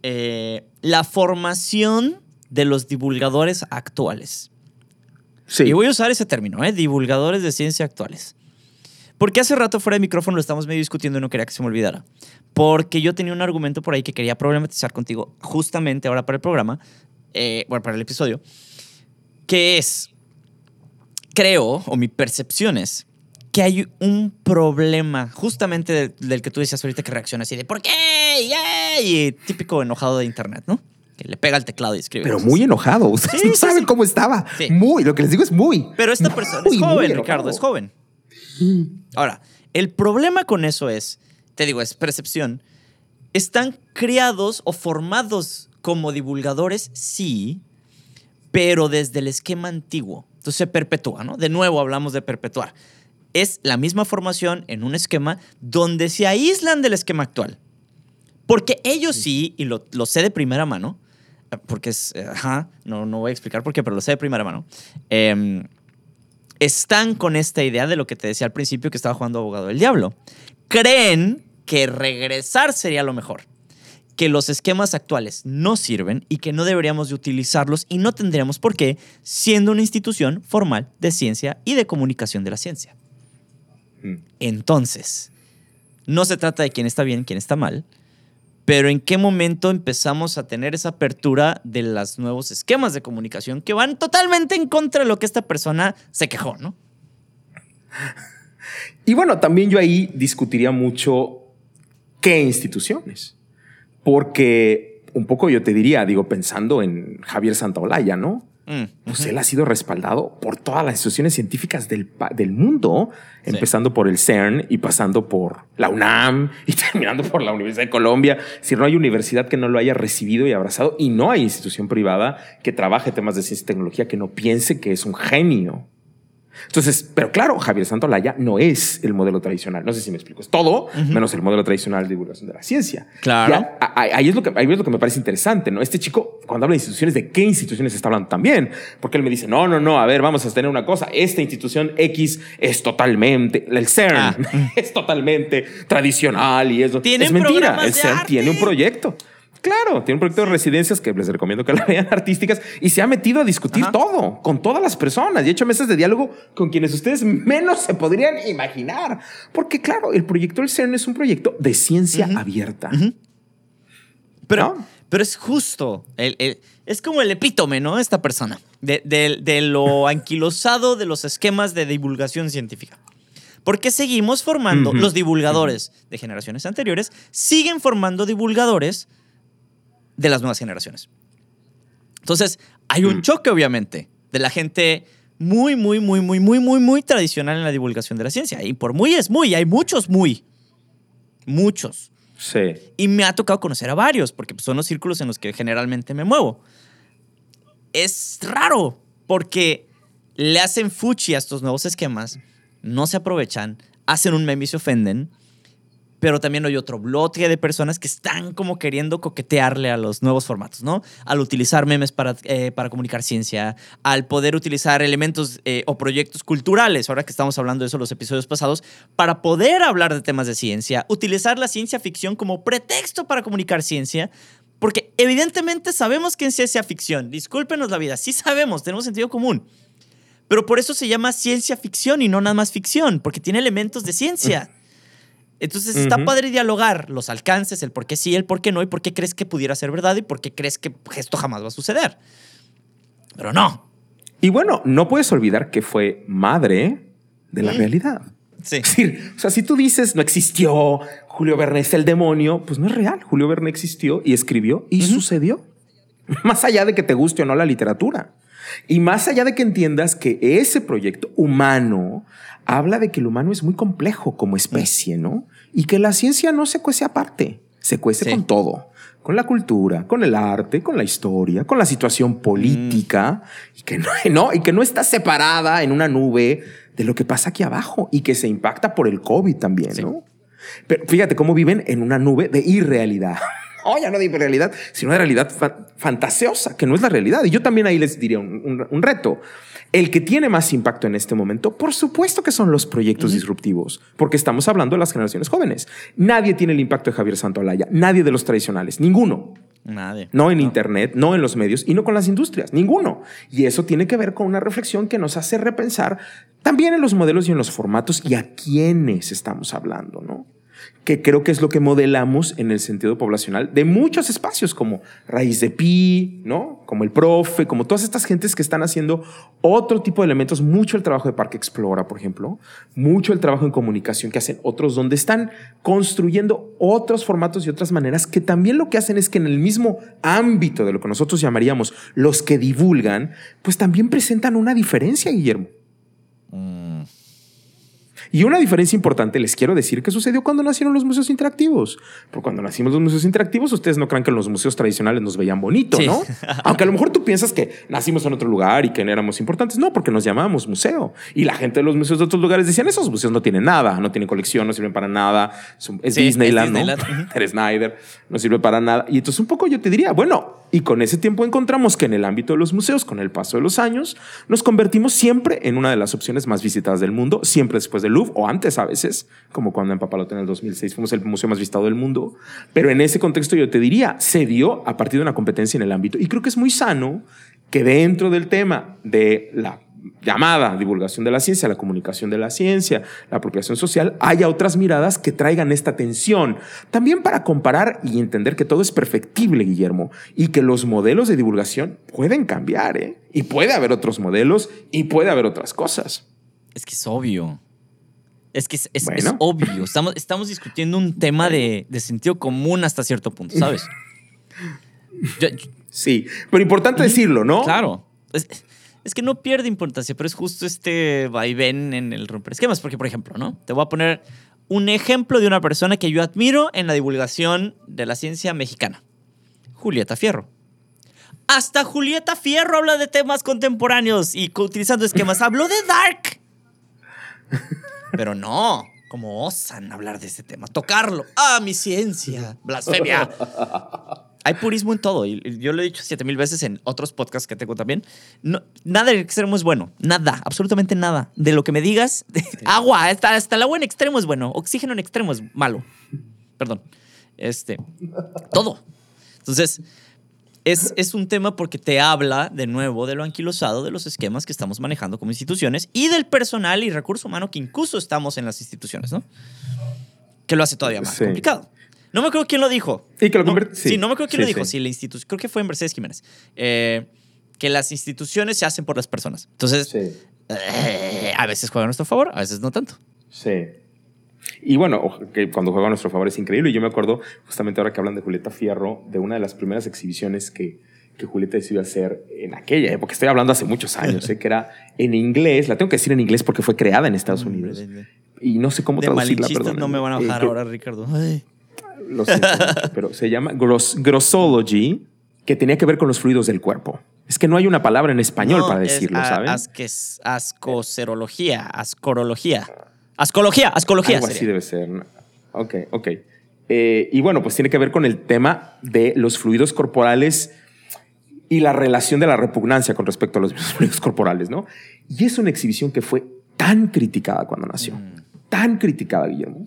la formación de los divulgadores actuales. Sí. Y voy a usar ese término, divulgadores de ciencia actuales. Porque hace rato fuera de micrófono lo estamos medio discutiendo y no quería que se me olvidara. Porque yo tenía un argumento por ahí que quería problematizar contigo justamente ahora para el programa, para el episodio, que es, creo, o mi percepción es, que hay un problema justamente del que tú decías ahorita que reacciona así de ¿por qué? ¡Yeah! Y típico enojado de internet, ¿no? Que le pega al teclado y escribe. Pero cosas. Muy enojado. Ustedes no saben cómo estaba. Sí. Muy, lo que les digo es muy. Pero esta persona es joven, Ricardo, es joven. Ahora, el problema con eso es, te digo, es percepción. Están criados o formados como divulgadores, sí, pero desde el esquema antiguo. Entonces se perpetúa, ¿no? De nuevo hablamos de perpetuar. Es la misma formación en un esquema donde se aíslan del esquema actual. Porque ellos sí, y lo sé de primera mano, porque es, no voy a explicar por qué, pero lo sé de primera mano, están con esta idea de lo que te decía al principio que estaba jugando abogado del diablo. Creen que regresar sería lo mejor, que los esquemas actuales no sirven y que no deberíamos de utilizarlos y no tendríamos por qué, siendo una institución formal de ciencia y de comunicación de la ciencia. Entonces, no se trata de quién está bien, quién está mal, pero ¿en qué momento empezamos a tener esa apertura de los nuevos esquemas de comunicación que van totalmente en contra de lo que esta persona se quejó, ¿no? Y bueno, también yo ahí discutiría mucho qué instituciones. Porque un poco yo te diría, pensando en Javier Santaolalla, ¿no? Pues él ha sido respaldado por todas las instituciones científicas del mundo, empezando por el CERN y pasando por la UNAM y terminando por la Universidad de Colombia. Si no hay universidad que no lo haya recibido y abrazado, y no hay institución privada que trabaje temas de ciencia y tecnología que no piense que es un genio. Entonces, pero claro, Javier Santaolalla no es el modelo tradicional. No sé si me explico. Es todo menos el modelo tradicional de divulgación de la ciencia. Claro. Ya, ahí es lo que me parece interesante, ¿no? Este chico, cuando habla de instituciones, ¿de qué instituciones está hablando también? Porque él me dice, no, a ver, vamos a tener una cosa. Esta institución X es totalmente, el CERN es totalmente tradicional y eso es mentira. El CERN tiene un proyecto. Claro, tiene un proyecto de residencias que les recomiendo que la vean, artísticas, y se ha metido a discutir todo con todas las personas y ha hecho mesas de diálogo con quienes ustedes menos se podrían imaginar. Porque claro, el proyecto del CERN es un proyecto de ciencia abierta. Pero es justo, es como el epítome, ¿no? Esta persona, de lo anquilosado de los esquemas de divulgación científica. Porque seguimos formando, los divulgadores de generaciones anteriores siguen formando divulgadores de las nuevas generaciones. Entonces, hay un choque, obviamente, de la gente muy, muy, muy, muy, muy, muy, muy tradicional en la divulgación de la ciencia. Y por muy es muy, hay muchos muy. Muchos. Sí. Y me ha tocado conocer a varios, porque son los círculos en los que generalmente me muevo. Es raro, porque le hacen fuchi a estos nuevos esquemas, no se aprovechan, hacen un meme y se ofenden. Pero también hay otro bloque de personas que están como queriendo coquetearle a los nuevos formatos, ¿no? Al utilizar memes para comunicar ciencia, al poder utilizar elementos o proyectos culturales, ahora que estamos hablando de eso en los episodios pasados, para poder hablar de temas de ciencia, utilizar la ciencia ficción como pretexto para comunicar ciencia, porque evidentemente sabemos que en ciencia ficción, discúlpenos la vida, sí sabemos, tenemos sentido común, Pero por eso se llama ciencia ficción y no nada más ficción, porque tiene elementos de ciencia. Entonces está padre dialogar los alcances, el por qué sí, el por qué no, y por qué crees que pudiera ser verdad y por qué crees que esto jamás va a suceder. Pero no. Y bueno, no puedes olvidar que fue madre de la realidad. Sí. Es decir, o sea, si tú dices no existió, Julio Verne es el demonio, pues no es real. Julio Verne existió y escribió y sucedió. Más allá de que te guste o no la literatura. Y más allá de que entiendas que ese proyecto humano habla de que el humano es muy complejo como especie, ¿no? Y que la ciencia no se cuece aparte, se cuece con todo. Con la cultura, con el arte, con la historia, con la situación política y que no está separada en una nube de lo que pasa aquí abajo y que se impacta por el COVID también, ¿no? Pero fíjate cómo viven en una nube de irrealidad. Ya no de irrealidad, sino de realidad fantasiosa, que no es la realidad. Y yo también ahí les diría un reto. El que tiene más impacto en este momento, por supuesto que son los proyectos disruptivos, porque estamos hablando de las generaciones jóvenes. Nadie tiene el impacto de Javier Santolaya, nadie de los tradicionales, ninguno. Nadie. No en Internet, no en los medios y no con las industrias, ninguno. Y eso tiene que ver con una reflexión que nos hace repensar también en los modelos y en los formatos y a quiénes estamos hablando, ¿no? Que creo que es lo que modelamos en el sentido poblacional de muchos espacios como Raíz de Pi, ¿no? Como el Profe, como todas estas gentes que están haciendo otro tipo de elementos, mucho el trabajo de Parque Explora, por ejemplo, mucho el trabajo en comunicación que hacen otros, donde están construyendo otros formatos y otras maneras que también lo que hacen es que en el mismo ámbito de lo que nosotros llamaríamos los que divulgan, pues también presentan una diferencia, Guillermo. Y una diferencia importante, les quiero decir, que sucedió cuando nacieron los museos interactivos. Porque cuando nacimos los museos interactivos, ustedes no crean que en los museos tradicionales nos veían bonito, ¿no? Aunque a lo mejor tú piensas que nacimos en otro lugar y que no éramos importantes. No, porque nos llamábamos museo. Y la gente de los museos de otros lugares decían, esos museos no tienen nada, no tienen colección, no sirven para nada. Es Disneyland, ¿no? Eres Snyder, no sirve para nada. Y entonces un poco yo te diría, bueno, y con ese tiempo encontramos que en el ámbito de los museos, con el paso de los años, nos convertimos siempre en una de las opciones más visitadas del mundo, siempre después del Louvre o antes a veces, como cuando en Papalote en el 2006 fuimos el museo más visitado del mundo. Pero en ese contexto yo te diría, se dio a partir de una competencia en el ámbito. Y creo que es muy sano que dentro del tema de la llamada divulgación de la ciencia, la comunicación de la ciencia, la apropiación social, haya otras miradas que traigan esta tensión. También para comparar y entender que todo es perfectible, Guillermo, y que los modelos de divulgación pueden cambiar, ¿eh? Y puede haber otros modelos y puede haber otras cosas. Es que es obvio. Es obvio. Estamos discutiendo un tema de sentido común hasta cierto punto, ¿sabes? Sí, pero importante decirlo, ¿no? Claro. Es que no pierde importancia, pero es justo este vaivén en el romper esquemas. Porque, por ejemplo, ¿no? Te voy a poner un ejemplo de una persona que yo admiro en la divulgación de la ciencia mexicana. Julieta Fierro. Hasta Julieta Fierro habla de temas contemporáneos y utilizando esquemas. Habló de Dark. Pero no, ¿cómo osan hablar de ese tema? Tocarlo. ¡Ah, mi ciencia! ¡Blasfemia! Hay purismo en todo. Y yo lo he dicho 7,000 veces en otros podcasts que tengo también. No, nada del extremo es bueno. Nada, absolutamente nada. De lo que me digas, agua, hasta el agua en extremo es bueno. Oxígeno en extremo es malo. Perdón. Todo. Entonces, es un tema porque te habla, de nuevo, de lo anquilosado de los esquemas que estamos manejando como instituciones y del personal y recurso humano que incluso estamos en las instituciones, ¿no? Que lo hace todavía más complicado. No me acuerdo quién lo dijo. Y que lo no me acuerdo quién lo dijo. Sí, la institución. Creo que fue en Mercedes Jiménez. Que las instituciones se hacen por las personas. Entonces, a veces juega a nuestro favor, a veces no tanto. Sí. Y bueno, que cuando juega a nuestro favor es increíble. Y yo me acuerdo, justamente ahora que hablan de Julieta Fierro, de una de las primeras exhibiciones que Julieta decidió hacer en aquella época. Estoy hablando hace muchos años, que era en inglés. La tengo que decir en inglés porque fue creada en Estados Unidos. Y no sé cómo traducirla, perdón. No me van a bajar ahora, Ricardo. Ay. Lo siento mucho, pero se llama Grossology, que tenía que ver con los fluidos del cuerpo. Es que no hay una palabra en español para decirlo, ¿saben? Ascocerología, ascología. Algo así debe ser. ¿No? Ok. Y bueno, pues tiene que ver con el tema de los fluidos corporales y la relación de la repugnancia con respecto a los fluidos corporales, ¿no? Y es una exhibición que fue tan criticada cuando nació. Tan criticada, Guillermo,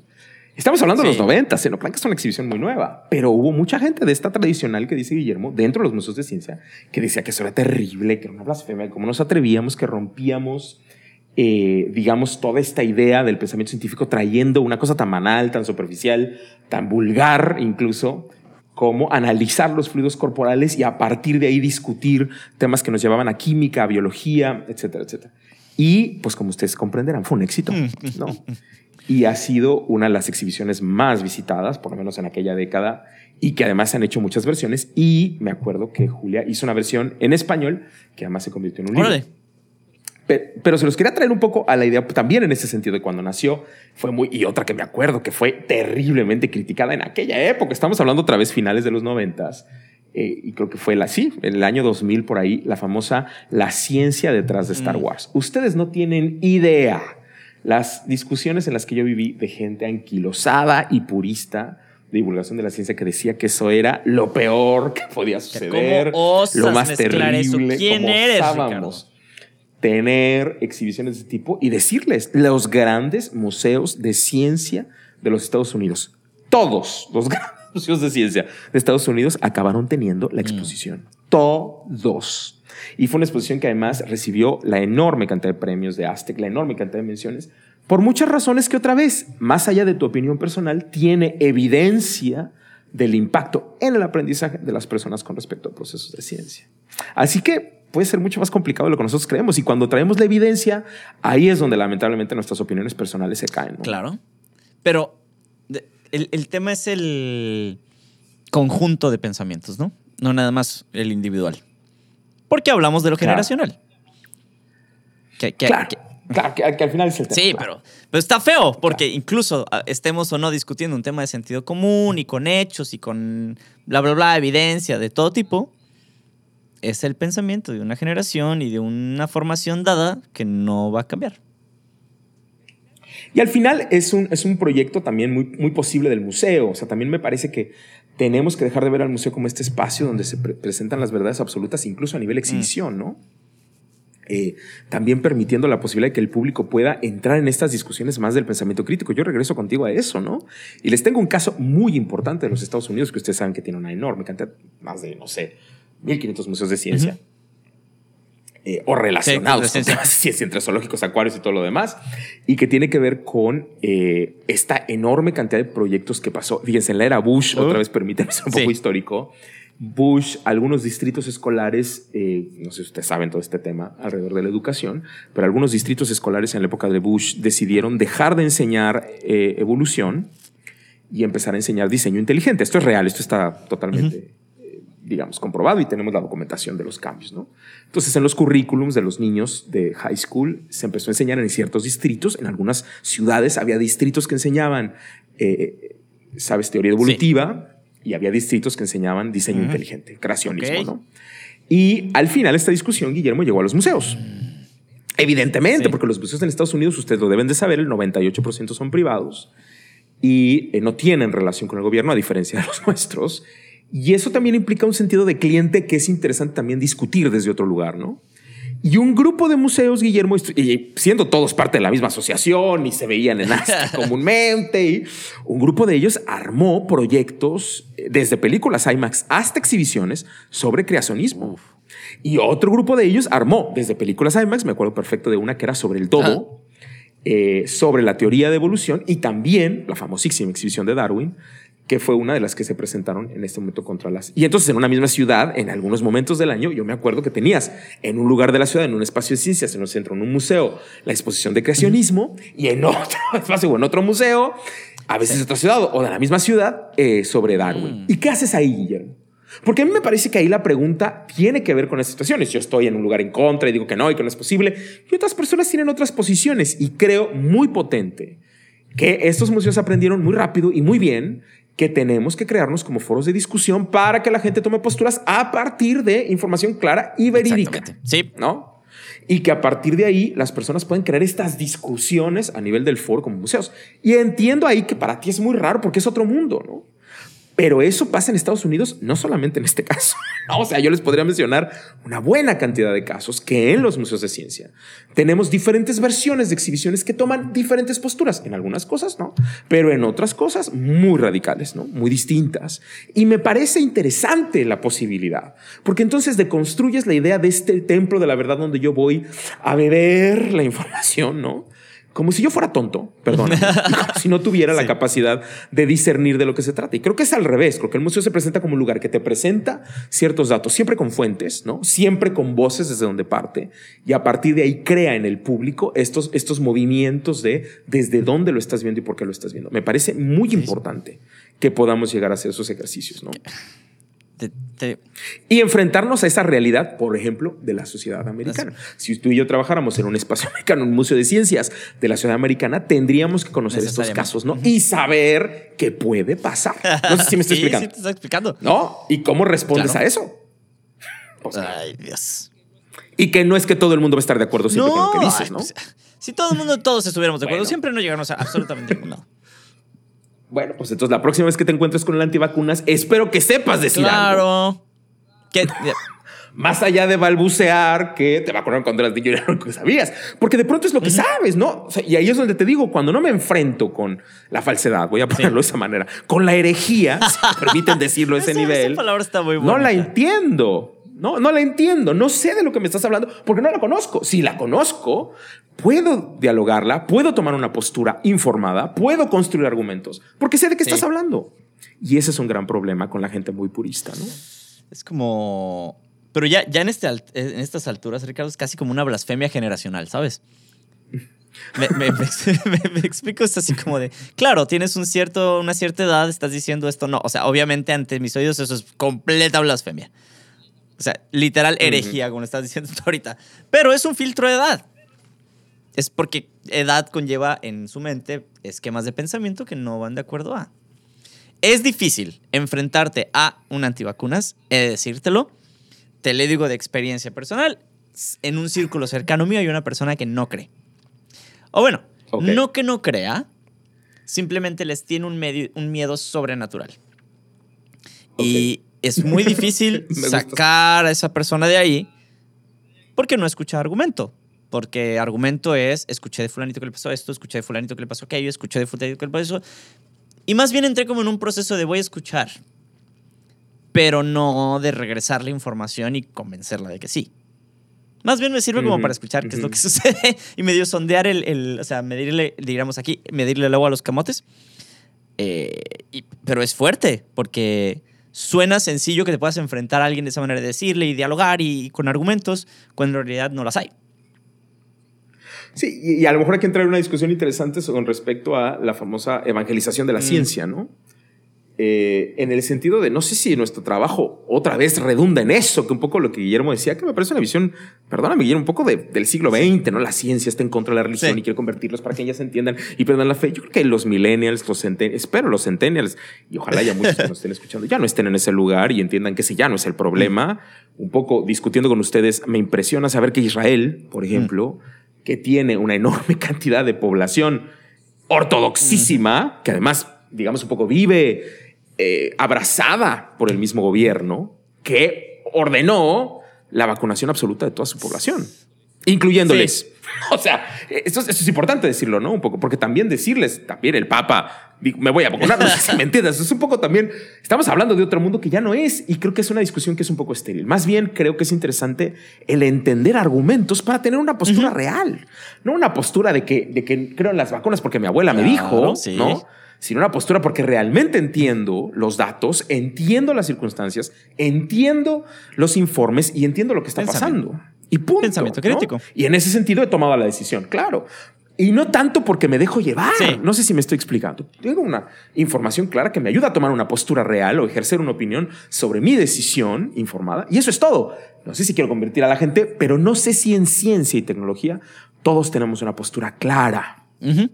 Estamos hablando de los 90, no crean que es una exhibición muy nueva, pero hubo mucha gente de esta tradicional que dice Guillermo dentro de los museos de ciencia que decía que eso era terrible, que era una blasfemia, cómo nos atrevíamos, que rompíamos, digamos, toda esta idea del pensamiento científico trayendo una cosa tan banal, tan superficial, tan vulgar incluso, como analizar los fluidos corporales y a partir de ahí discutir temas que nos llevaban a química, a biología, etcétera, etcétera. Y pues como ustedes comprenderán, fue un éxito, ¿no? Y ha sido una de las exhibiciones más visitadas, por lo menos en aquella década, y que además se han hecho muchas versiones. Y me acuerdo que Julia hizo una versión en español que además se convirtió en un libro. Pero se los quería traer un poco a la idea también en ese sentido de cuando nació. Fue muy... Y otra que me acuerdo que fue terriblemente criticada en aquella época. Estamos hablando otra vez finales de los 90s. Y creo que fue en el año 2000 por ahí, la famosa La ciencia detrás de Star Wars. Ustedes no tienen idea las discusiones en las que yo viví de gente anquilosada y purista de divulgación de la ciencia que decía que eso era lo peor que podía suceder, lo más terrible. Eso? ¿Quién eres, Ricardo? Tener exhibiciones de ese tipo y decirles los grandes museos de ciencia de los Estados Unidos, todos los grandes museos de ciencia de Estados Unidos acabaron teniendo la exposición. Todos. Y fue una exposición que además recibió la enorme cantidad de premios de Aztec, la enorme cantidad de menciones, por muchas razones que otra vez, más allá de tu opinión personal, tiene evidencia del impacto en el aprendizaje de las personas con respecto a procesos de ciencia. Así que puede ser mucho más complicado de lo que nosotros creemos. Y cuando traemos la evidencia, ahí es donde lamentablemente nuestras opiniones personales se caen, ¿no? Claro. Pero el tema es el conjunto de pensamientos, ¿no? No nada más el individual. Porque hablamos de lo generacional. Claro, que al final es el tema. Sí, claro. pero está feo, porque incluso estemos o no discutiendo un tema de sentido común y con hechos y con bla, bla, bla, evidencia de todo tipo, es el pensamiento de una generación y de una formación dada que no va a cambiar. Y al final es un proyecto también muy, muy posible del museo. O sea, también me parece que tenemos que dejar de ver al museo como este espacio donde se presentan las verdades absolutas, incluso a nivel exhibición, ¿no? También permitiendo la posibilidad de que el público pueda entrar en estas discusiones más del pensamiento crítico. Yo regreso contigo a eso, ¿no? Y les tengo un caso muy importante de los Estados Unidos, que ustedes saben que tiene una enorme cantidad, más de, no sé, 1,500 museos de ciencia. O relacionados con temas de ciencia, entre zoológicos, acuarios y todo lo demás, y que tiene que ver con esta enorme cantidad de proyectos que pasó. Fíjense, en la era Bush, otra vez permítanme ser un poco histórico, Bush, algunos distritos escolares, no sé si ustedes saben todo este tema alrededor de la educación, pero algunos distritos escolares en la época de Bush decidieron dejar de enseñar evolución y empezar a enseñar diseño inteligente. Esto es real, esto está totalmente... digamos, comprobado y tenemos la documentación de los cambios, ¿no? Entonces, en los currículums de los niños de high school se empezó a enseñar en ciertos distritos. En algunas ciudades había distritos que enseñaban, ¿sabes?, teoría evolutiva, y había distritos que enseñaban diseño inteligente, creacionismo, ¿no? Y al final esta discusión, Guillermo, llegó a los museos. Evidentemente, porque los museos en Estados Unidos, ustedes lo deben de saber, el 98% son privados y no tienen relación con el gobierno, a diferencia de los nuestros. Y eso también implica un sentido de cliente que es interesante también discutir desde otro lugar, ¿no? Y un grupo de museos, Guillermo, y siendo todos parte de la misma asociación y se veían en Aztec comúnmente, y un grupo de ellos armó proyectos desde películas IMAX hasta exhibiciones sobre creacionismo. Y otro grupo de ellos armó desde películas IMAX, me acuerdo perfecto de una que era sobre el dodo, sobre la teoría de evolución y también la famosísima exhibición de Darwin, que fue una de las que se presentaron en este momento contra las... Y entonces en una misma ciudad, en algunos momentos del año, yo me acuerdo que tenías en un lugar de la ciudad, en un espacio de ciencias, en un centro, en un museo, la exposición de creacionismo y en otro espacio o en otro museo, a veces de otra ciudad o de la misma ciudad, sobre Darwin. ¿Y qué haces ahí, Guillermo? Porque a mí me parece que ahí la pregunta tiene que ver con las situaciones. Yo estoy en un lugar en contra y digo que no y que no es posible. Y otras personas tienen otras posiciones y creo muy potente que estos museos aprendieron muy rápido y muy bien que tenemos que crearnos como foros de discusión para que la gente tome posturas a partir de información clara y verídica. Sí. ¿No? Y que a partir de ahí las personas pueden crear estas discusiones a nivel del foro como museos. Y entiendo ahí que para ti es muy raro porque es otro mundo, ¿no? Pero eso pasa en Estados Unidos, no solamente en este caso. No, o sea, yo les podría mencionar una buena cantidad de casos que en los museos de ciencia tenemos diferentes versiones de exhibiciones que toman diferentes posturas. En algunas cosas, ¿no? Pero en otras cosas muy radicales, ¿no? Muy distintas. Y me parece interesante la posibilidad, porque entonces deconstruyes la idea de este templo de la verdad donde yo voy a beber la información, ¿no? Como si yo fuera tonto, perdón, si no tuviera la capacidad de discernir de lo que se trata. Y creo que es al revés. Creo que el museo se presenta como un lugar que te presenta ciertos datos, siempre con fuentes, ¿no? Siempre con voces desde donde parte. Y a partir de ahí crea en el público estos movimientos de desde dónde lo estás viendo y por qué lo estás viendo. Me parece muy importante que podamos llegar a hacer esos ejercicios, ¿no? Y enfrentarnos a esa realidad, por ejemplo, de la sociedad americana. Si tú y yo trabajáramos en un espacio americano, un museo de ciencias de la sociedad americana, tendríamos que conocer estos casos, ¿no? Y saber qué puede pasar. No sé si me estoy explicando. Sí, te estoy explicando. ¿No? ¿Y cómo respondes a eso? O sea, ay, Dios. Y que no es que todo el mundo va a estar de acuerdo siempre con lo que dices, ¿no? Pues, si todo el mundo, todos estuviéramos de acuerdo, siempre no llegamos a absolutamente ningún lado. Bueno, pues entonces la próxima vez que te encuentres con el antivacunas, espero que sepas decir algo. Claro. Más allá de balbucear que te vacunaron cuando eras niño y era lo que sabías. Porque de pronto es lo que sabes, ¿no? O sea, y ahí es donde te digo, cuando no me enfrento con la falsedad, voy a ponerlo de esa manera, con la herejía, si me permiten decirlo a ese nivel, esa palabra está muy buena. No la entiendo. No la entiendo. No sé de lo que me estás hablando porque no la conozco. Si la conozco, puedo dialogarla, puedo tomar una postura informada, puedo construir argumentos porque sé de qué estás hablando. Y ese es un gran problema con la gente muy purista, ¿no? Es como... Pero ya en estas alturas, Ricardo, es casi como una blasfemia generacional, ¿sabes? Me explico esto así como de... Claro, tienes una cierta edad, estás diciendo esto. No, o sea, obviamente ante mis oídos eso es completa blasfemia. O sea, literal herejía, como estás diciendo tú ahorita. Pero es un filtro de edad. Es porque edad conlleva en su mente esquemas de pensamiento que no van de acuerdo a. Es difícil enfrentarte a un antivacunas, he de decírtelo. Te lo digo de experiencia personal. En un círculo cercano mío hay una persona que no cree. O bueno, no que no crea, simplemente les tiene un miedo sobrenatural. Y es muy difícil sacar a esa persona de ahí porque no escucha argumento. Porque argumento es, escuché de fulanito que le pasó esto, escuché de fulanito que le pasó aquello, escuché de fulanito que le pasó eso. Y más bien entré como en un proceso de voy a escuchar, pero no de regresar la información y convencerla de que sí. Más bien me sirve como para escuchar qué es lo que sucede y medio sondear o sea, medirle el agua a los camotes. Pero es fuerte porque suena sencillo que te puedas enfrentar a alguien de esa manera de decirle y dialogar y con argumentos, cuando en realidad no las hay. Sí, y a lo mejor hay que entrar en una discusión interesante con respecto a la famosa evangelización de la ciencia, ¿no? En el sentido de, no sé si nuestro trabajo otra vez redunda en eso, que un poco lo que Guillermo decía, que me parece una visión, perdóname Guillermo, un poco del siglo XX, ¿no? La ciencia está en contra de la religión y quiere convertirlos para que ellas entiendan y prendan la fe. Yo creo que los millennials, los centennials, y ojalá haya muchos que nos estén escuchando, ya no estén en ese lugar y entiendan que ese ya no es el problema. Un poco discutiendo con ustedes, me impresiona saber que Israel, por ejemplo, que tiene una enorme cantidad de población ortodoxísima, que además, digamos, un poco vive abrazada por el mismo gobierno, que ordenó la vacunación absoluta de toda su población, incluyéndoles. Sí. O sea, esto es importante decirlo, ¿no? Un poco, porque también decirles, también el Papa, me voy a vacunar, no sé si me entiendes, es un poco también, estamos hablando de otro mundo que ya no es, y creo que es una discusión que es un poco estéril. Más bien creo que es interesante el entender argumentos para tener una postura real, no una postura de que creo en las vacunas porque mi abuela me dijo, ¿no? Sino una postura porque realmente entiendo los datos, entiendo las circunstancias, entiendo los informes y entiendo lo que está pasando. Y punto. Pensamiento crítico. ¿No? Y en ese sentido he tomado la decisión, claro. Y no tanto porque me dejo llevar. Sí. No sé si me estoy explicando. Tengo una información clara que me ayuda a tomar una postura real o ejercer una opinión sobre mi decisión informada. Y eso es todo. No sé si quiero convertir a la gente, pero no sé si en ciencia y tecnología todos tenemos una postura clara.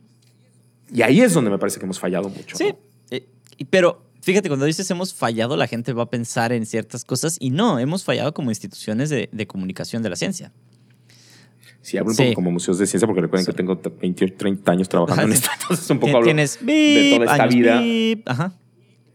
Y ahí es donde me parece que hemos fallado mucho. Sí, ¿no? Pero fíjate, cuando dices hemos fallado, la gente va a pensar en ciertas cosas y no, hemos fallado como instituciones de comunicación de la ciencia. Sí, hablo un poco como museos de ciencia porque recuerden que tengo 28, 30 años trabajando en esto. Entonces un poco hablo de toda esta vida. Ajá.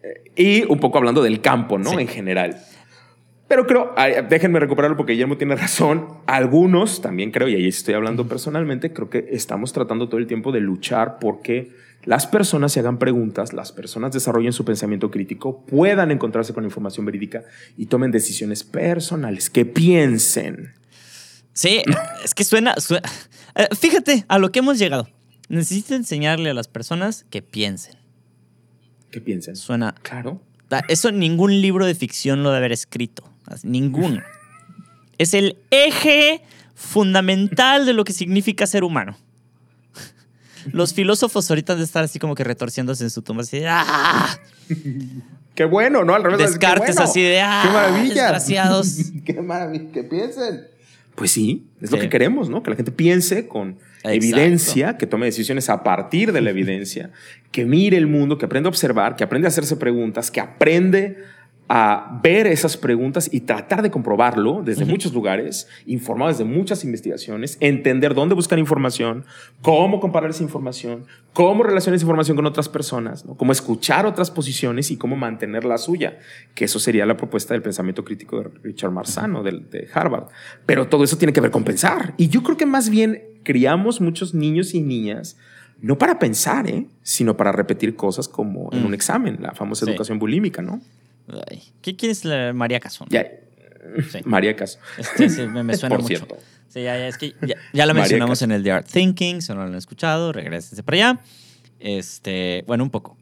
Y un poco hablando del campo, ¿no? Sí. En general. Pero creo, déjenme recuperarlo porque Guillermo tiene razón. Algunos también creo, y ahí estoy hablando personalmente, creo que estamos tratando todo el tiempo de luchar porque las personas se hagan preguntas, las personas desarrollen su pensamiento crítico, puedan encontrarse con información verídica y tomen decisiones personales, que piensen. Sí, es que suena... Fíjate a lo que hemos llegado. Necesito enseñarle a las personas que piensen. Que piensen. Suena... Claro. Eso ningún libro de ficción lo debe haber escrito. Ninguno. Es el eje fundamental de lo que significa ser humano. Los filósofos ahorita han de estar así como que retorciéndose en su tumba así de ¡ah! Qué bueno, ¿no? Al revés. Descartes qué bueno. así de ¡ah! ¡Qué maravilla! Desgraciados. ¡Qué maravilla! Que piensen. Pues sí, es Sí. lo que queremos, ¿no? Que la gente piense con evidencia, que tome decisiones a partir de la evidencia, que mire el mundo, que aprenda a observar, que aprende a hacerse preguntas, que aprende a ver esas preguntas y tratar de comprobarlo desde muchos lugares, informado desde muchas investigaciones, entender dónde buscar información, cómo comparar esa información, cómo relacionar esa información con otras personas, ¿no? Cómo escuchar otras posiciones y cómo mantener la suya, que eso sería la propuesta del pensamiento crítico de Richard Marzano de Harvard. Pero todo eso tiene que ver con pensar. Y yo creo que más bien criamos muchos niños y niñas no para pensar, sino para repetir cosas como en un examen, la famosa educación bulímica, ¿no? Ay, ¿quién es la María Casón? Ya. Sí. María Caso. Sí, me suena Por mucho. cierto. Sí, es que ya la mencionamos María en el The Art Thinking, si no lo han escuchado, regrésense para allá. Bueno, un poco.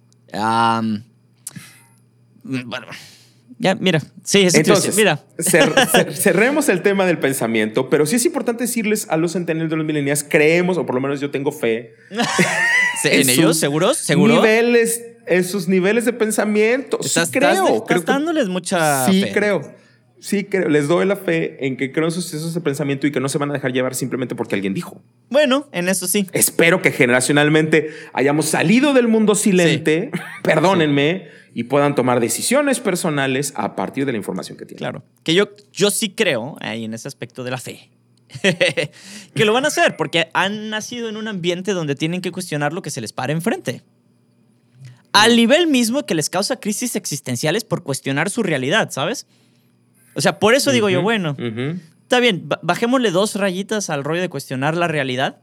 Bueno, ya, mira. Sí, eso entonces, mira. Cerremos el tema del pensamiento, pero sí es importante decirles a los centennials de los millennials, creemos, o por lo menos yo tengo fe. ¿En ellos? ¿Seguro? En sus niveles de pensamiento. Estás dándoles mucha fe. Sí, creo. Les doy la fe en que creo en sus procesos de pensamiento y que no se van a dejar llevar simplemente porque alguien dijo. Bueno, en eso sí. Espero que generacionalmente hayamos salido del mundo silente, perdónenme, y puedan tomar decisiones personales a partir de la información que tienen. Claro. Que yo sí creo ahí en ese aspecto de la fe. Que lo van a hacer porque han nacido en un ambiente donde tienen que cuestionar lo que se les para enfrente. Al nivel mismo que les causa crisis existenciales por cuestionar su realidad, ¿sabes? O sea, por eso digo yo, bueno, está bien, bajémosle 2 rayitas al rollo de cuestionar la realidad,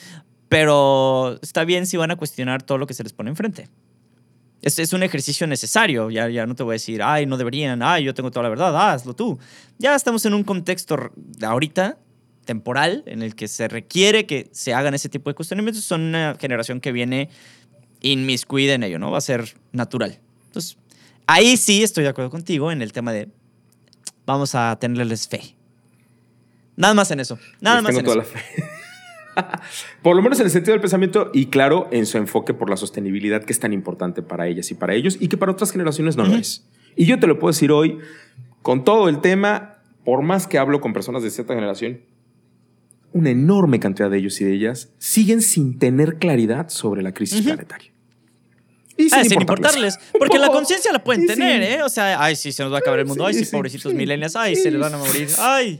pero está bien si van a cuestionar todo lo que se les pone enfrente. Es un ejercicio necesario, ya no te voy a decir, ay, no deberían, ay, yo tengo toda la verdad, hazlo tú. Ya estamos en un contexto ahorita temporal en el que se requiere que se hagan ese tipo de cuestionamientos. Son una generación que viene inmiscuida en ello, ¿no? Va a ser natural. Entonces, ahí sí estoy de acuerdo contigo en el tema de vamos a tenerles fe. Nada más en eso. Nada más en eso. Tengo toda la fe. Por lo menos en el sentido del pensamiento y claro, en su enfoque por la sostenibilidad que es tan importante para ellas y para ellos y que para otras generaciones no lo es. Y yo te lo puedo decir hoy con todo el tema, por más que hablo con personas de cierta generación, una enorme cantidad de ellos y de ellas siguen sin tener claridad sobre la crisis planetaria. Y sin importarles. Porque la conciencia la pueden tener, sí. O sea, ay, sí, se nos va a acabar el mundo. Ay, sí, pobrecitos millennials. Ay, se les van a morir. Ay.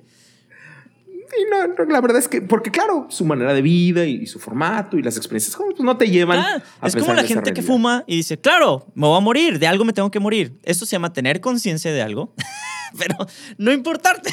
Y no, la verdad es que, porque claro, su manera de vida y su formato y las experiencias pues no te llevan a es pensar como la en esa gente que realidad. fuma y dice, claro, me voy a morir, de algo me tengo que morir. Eso se llama tener conciencia de algo, pero no importarte.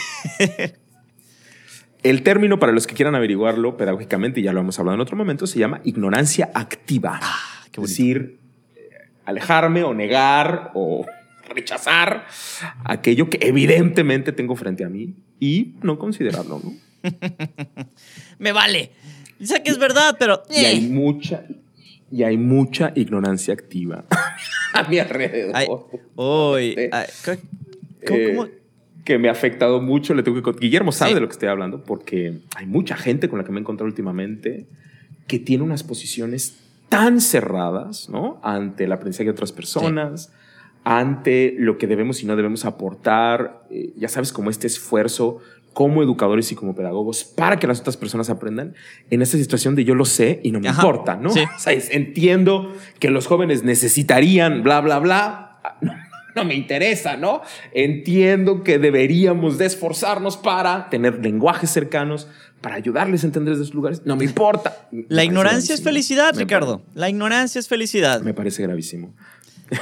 El término, para los que quieran averiguarlo pedagógicamente, y ya lo hemos hablado en otro momento, se llama ignorancia activa. Qué bonito. Es decir, alejarme o negar o rechazar aquello que evidentemente tengo frente a mí y no considerarlo, ¿no? Me vale. Sé que es verdad, pero... Y hay mucha ignorancia activa a mi alrededor. ¿Cómo? Que me ha afectado mucho. Guillermo sabe Sí. de lo que estoy hablando porque hay mucha gente con la que me he encontrado últimamente que tiene unas posiciones tan cerradas, ¿no? Ante el aprendizaje de otras personas, ante lo que debemos y no debemos aportar, ya sabes, como este esfuerzo como educadores y como pedagogos para que las otras personas aprendan en esta situación de yo lo sé y no me importa, ¿no? Sí. O sea, entiendo que los jóvenes necesitarían bla, bla, bla. No me interesa, ¿no? Entiendo que deberíamos de esforzarnos para tener lenguajes cercanos, para ayudarles a entender esos lugares. No me importa. La ignorancia es felicidad, Ricardo. La ignorancia es felicidad. Me parece gravísimo.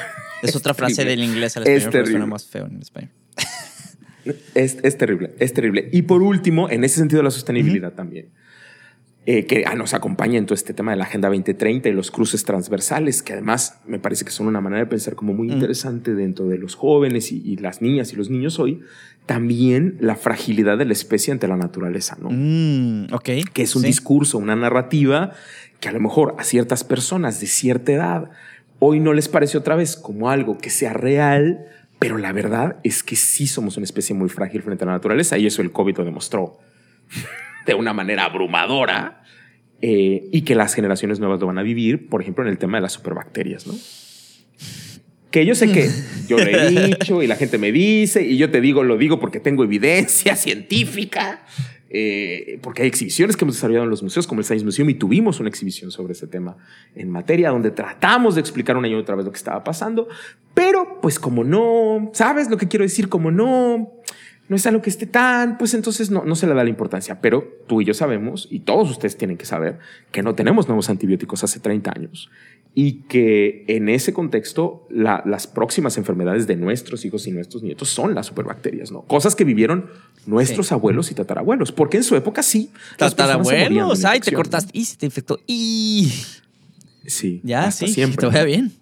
Es otra frase del inglés al español, pero suena más feo en español. Es terrible, es terrible. Y por último, en ese sentido de la sostenibilidad también, que nos acompaña en todo este tema de la Agenda 2030 y los cruces transversales, que además me parece que son una manera de pensar como muy interesante dentro de los jóvenes y las niñas y los niños hoy, también la fragilidad de la especie ante la naturaleza, ¿no? Okay. Que es un discurso, una narrativa que a lo mejor a ciertas personas de cierta edad hoy no les parece otra vez como algo que sea real, pero la verdad es que sí somos una especie muy frágil frente a la naturaleza y eso el COVID lo demostró de una manera abrumadora, y que las generaciones nuevas lo van a vivir, por ejemplo, en el tema de las superbacterias, ¿no? Que yo sé que yo lo he dicho y la gente me dice y yo te digo, lo digo porque tengo evidencia científica, porque hay exhibiciones que hemos desarrollado en los museos como el Science Museum y tuvimos una exhibición sobre ese tema en materia donde tratamos de explicar una y otra vez lo que estaba pasando, pero pues como no, ¿sabes lo que quiero decir? Como no es algo que esté tan, pues entonces no se le da la importancia. Pero tú y yo sabemos, y todos ustedes tienen que saber, que no tenemos nuevos antibióticos hace 30 años y que en ese contexto las próximas enfermedades de nuestros hijos y nuestros nietos son las superbacterias, ¿no? Cosas que vivieron nuestros abuelos y tatarabuelos, porque en su época sí. Tatarabuelos, ay, te cortaste y se te infectó. Y sí, ya, sí, siempre. Que te vaya bien.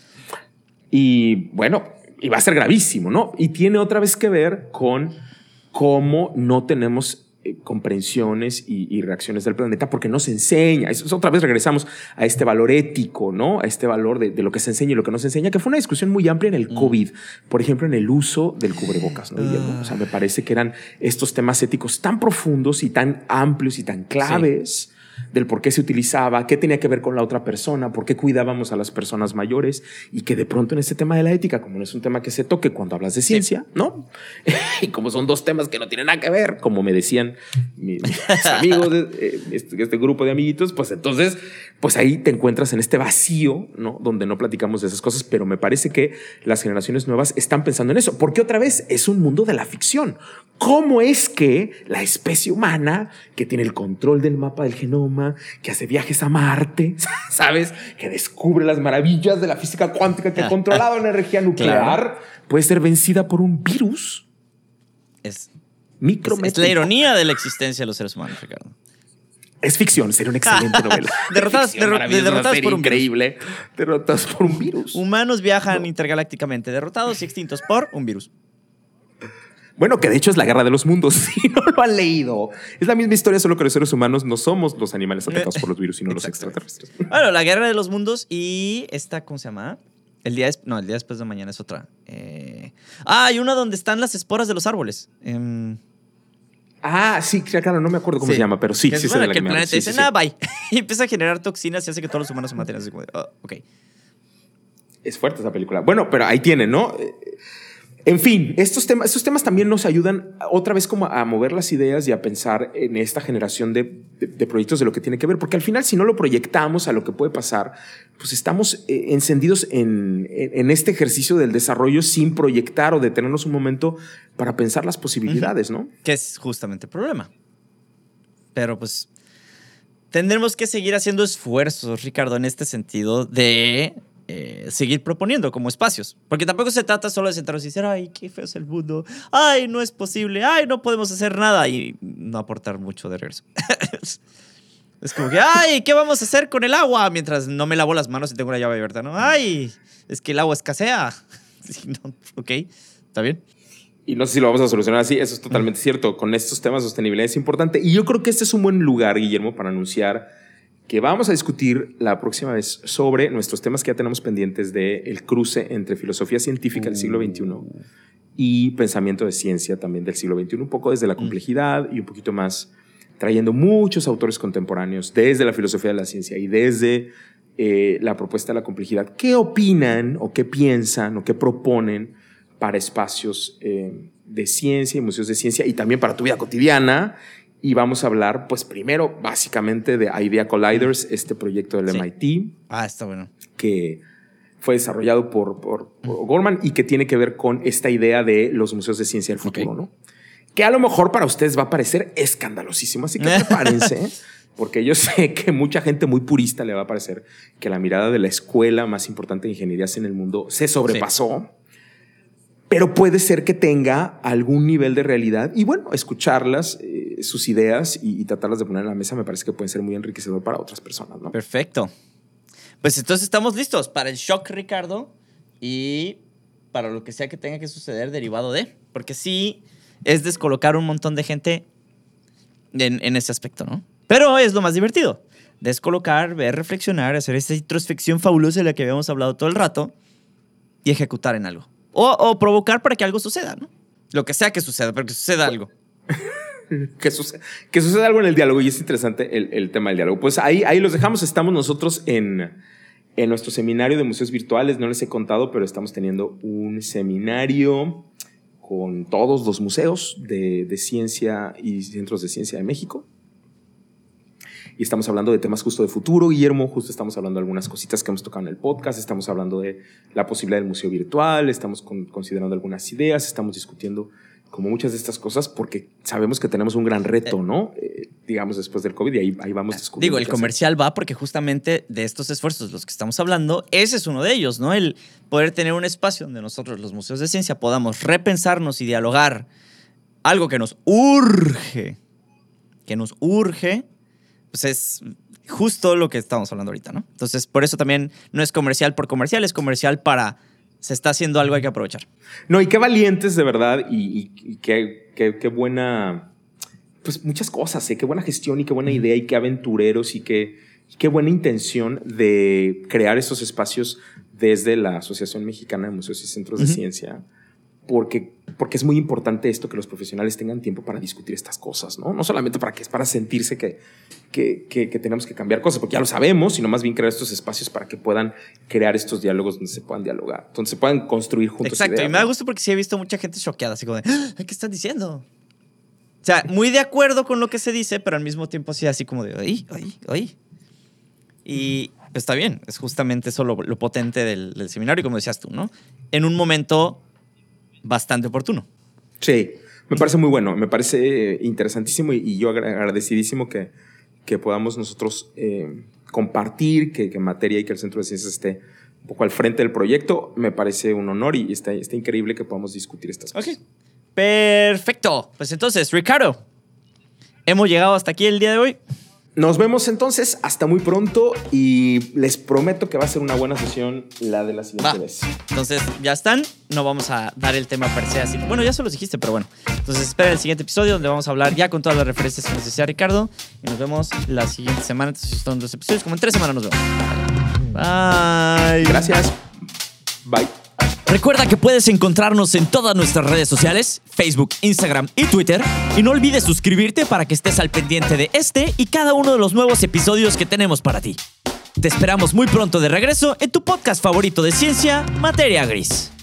Y bueno, y va a ser gravísimo, ¿no? Y tiene otra vez que ver con cómo no tenemos comprensiones y reacciones del planeta porque no se enseña. Eso otra vez regresamos a este valor ético, ¿no? A este valor de lo que se enseña y lo que no se enseña, que fue una discusión muy amplia en el COVID. Por ejemplo, en el uso del cubrebocas, ¿no, Guillermo? O sea, me parece que eran estos temas éticos tan profundos y tan amplios y tan claves del por qué se utilizaba, qué tenía que ver con la otra persona, por qué cuidábamos a las personas mayores y que de pronto en este tema de la ética, como no es un tema que se toque cuando hablas de ciencia, ¿no? Y como son dos temas que no tienen nada que ver, como me decían mis amigos de este grupo de amiguitos, pues entonces, pues ahí te encuentras en este vacío, ¿no? Donde no platicamos de esas cosas, pero me parece que las generaciones nuevas están pensando en eso, porque otra vez es un mundo de la ficción. ¿Cómo es que la especie humana, que tiene el control del mapa del genoma, que hace viajes a Marte, ¿sabes? Que descubre las maravillas de la física cuántica, que ha controlado la energía nuclear, puede ser vencida por un virus micrométrico? Es la ironía de la existencia de los seres humanos, Ricardo. Es ficción, sería una excelente novela. derrotados por un increíble. Virus. Derrotados por un virus. Humanos viajan intergalácticamente, derrotados y extintos por un virus. Bueno, que de hecho es la guerra de los mundos, si no lo han leído. Es la misma historia, solo que los seres humanos no somos los animales atacados por los virus, sino los extraterrestres. Bueno, la guerra de los mundos y esta, ¿cómo se llama? El día después de mañana es otra. Hay una donde están las esporas de los árboles. Sí, claro, no me acuerdo cómo se llama, pero sí, sí sé de la que el planeta dice, bye. Y empieza a generar toxinas y hace que todos los humanos se maten. Así como ok. Es fuerte esa película. Bueno, pero ahí tiene, ¿no? En fin, estos temas también nos ayudan otra vez como a mover las ideas y a pensar en esta generación de proyectos de lo que tiene que ver, porque al final si no lo proyectamos a lo que puede pasar, pues estamos encendidos en este ejercicio del desarrollo sin proyectar o detenernos un momento para pensar las posibilidades, ¿no? Que es justamente el problema. Pero pues tendremos que seguir haciendo esfuerzos, Ricardo, en este sentido de seguir proponiendo como espacios. Porque tampoco se trata solo de sentarnos y decir, ay, qué feo es el mundo, ay, no es posible, ay, no podemos hacer nada y no aportar mucho de regreso. Es como que, ay, ¿qué vamos a hacer con el agua? Mientras no me lavo las manos y tengo una llave abierta, ¿no? Ay, es que el agua escasea. Ok, ¿está bien? Y no sé si lo vamos a solucionar así, eso es totalmente cierto. Con estos temas de sostenibilidad es importante. Y yo creo que este es un buen lugar, Guillermo, para anunciar que vamos a discutir la próxima vez sobre nuestros temas que ya tenemos pendientes del cruce entre filosofía científica del siglo XXI y pensamiento de ciencia también del siglo XXI, un poco desde la complejidad y un poquito más trayendo muchos autores contemporáneos desde la filosofía de la ciencia y desde la propuesta de la complejidad. ¿Qué opinan o qué piensan o qué proponen para espacios de ciencia y museos de ciencia y también para tu vida cotidiana? Y vamos a hablar, pues primero, básicamente de Idea Colliders, este proyecto del MIT. Está bueno. Que fue desarrollado por Gorman y que tiene que ver con esta idea de los museos de ciencia del futuro, ¿no? Que a lo mejor para ustedes va a parecer escandalosísimo, así que prepárense, Porque yo sé que mucha gente muy purista le va a parecer que la mirada de la escuela más importante de ingenierías en el mundo se sobrepasó. Sí. Pero puede ser que tenga algún nivel de realidad y bueno, escucharlas, sus ideas y tratarlas de poner en la mesa me parece que puede ser muy enriquecedor para otras personas, ¿no? Perfecto. Pues entonces estamos listos para el shock, Ricardo, y para lo que sea que tenga que suceder derivado de. Porque sí es descolocar un montón de gente en ese aspecto, ¿no? Pero es lo más divertido. Descolocar, ver, reflexionar, hacer esta introspección fabulosa de la que habíamos hablado todo el rato y ejecutar en algo. O provocar para que algo suceda, ¿no? Lo que sea que suceda, pero que suceda algo. que suceda algo en el diálogo. Y es interesante el tema del diálogo. Pues ahí los dejamos. Estamos nosotros en nuestro seminario de museos virtuales. No les he contado, pero estamos teniendo un seminario con todos los museos de ciencia y centros de ciencia de México. Y estamos hablando de temas justo de futuro, Guillermo. Justo estamos hablando de algunas cositas que hemos tocado en el podcast. Estamos hablando de la posibilidad del museo virtual. Estamos considerando algunas ideas. Estamos discutiendo como muchas de estas cosas porque sabemos que tenemos un gran reto, ¿no? Digamos, después del COVID y ahí vamos descubriendo. Digo, el comercial va porque justamente de estos esfuerzos de los que estamos hablando, ese es uno de ellos, ¿no? El poder tener un espacio donde nosotros, los museos de ciencia, podamos repensarnos y dialogar algo que nos urge, pues es justo lo que estamos hablando ahorita, ¿no? Entonces, por eso también no es comercial por comercial, es comercial para se está haciendo algo, hay que aprovechar. No, y qué valientes de verdad y qué buena, pues muchas cosas, qué buena gestión y qué buena idea y qué aventureros y qué buena intención de crear esos espacios desde la Asociación Mexicana de Museos y Centros de Ciencia. Porque es muy importante esto, que los profesionales tengan tiempo para discutir estas cosas, ¿no? No solamente para sentirse que tenemos que cambiar cosas, porque ya lo sabemos, sino más bien crear estos espacios para que puedan crear estos diálogos donde se puedan dialogar, donde se puedan construir juntos. Exacto, ideas, y me da gusto porque sí he visto mucha gente choqueada, así como de, ¿qué están diciendo? O sea, muy de acuerdo con lo que se dice, pero al mismo tiempo sí así como de, ¡ay! Y está bien, es justamente eso lo potente del seminario, como decías tú, ¿no? En un momento bastante oportuno. Sí, me parece muy bueno, me parece interesantísimo y yo agradecidísimo que podamos nosotros compartir, que Materia y que el Centro de Ciencias esté un poco al frente del proyecto. Me parece un honor y está increíble que podamos discutir estas cosas. Ok, perfecto. Pues entonces, Ricardo, hemos llegado hasta aquí el día de hoy. Nos vemos entonces, hasta muy pronto y les prometo que va a ser una buena sesión la de la siguiente vez. Entonces, ya están, no vamos a dar el tema per se así. Bueno, ya se los dijiste, pero bueno. Entonces, espera el siguiente episodio donde vamos a hablar ya con todas las referencias que nos decía Ricardo y nos vemos la siguiente semana. Entonces, son 2 episodios, como en 3 semanas nos vemos. Bye. Gracias. Bye. Recuerda que puedes encontrarnos en todas nuestras redes sociales, Facebook, Instagram y Twitter. Y no olvides suscribirte para que estés al pendiente de este y cada uno de los nuevos episodios que tenemos para ti. Te esperamos muy pronto de regreso en tu podcast favorito de ciencia, Materia Gris.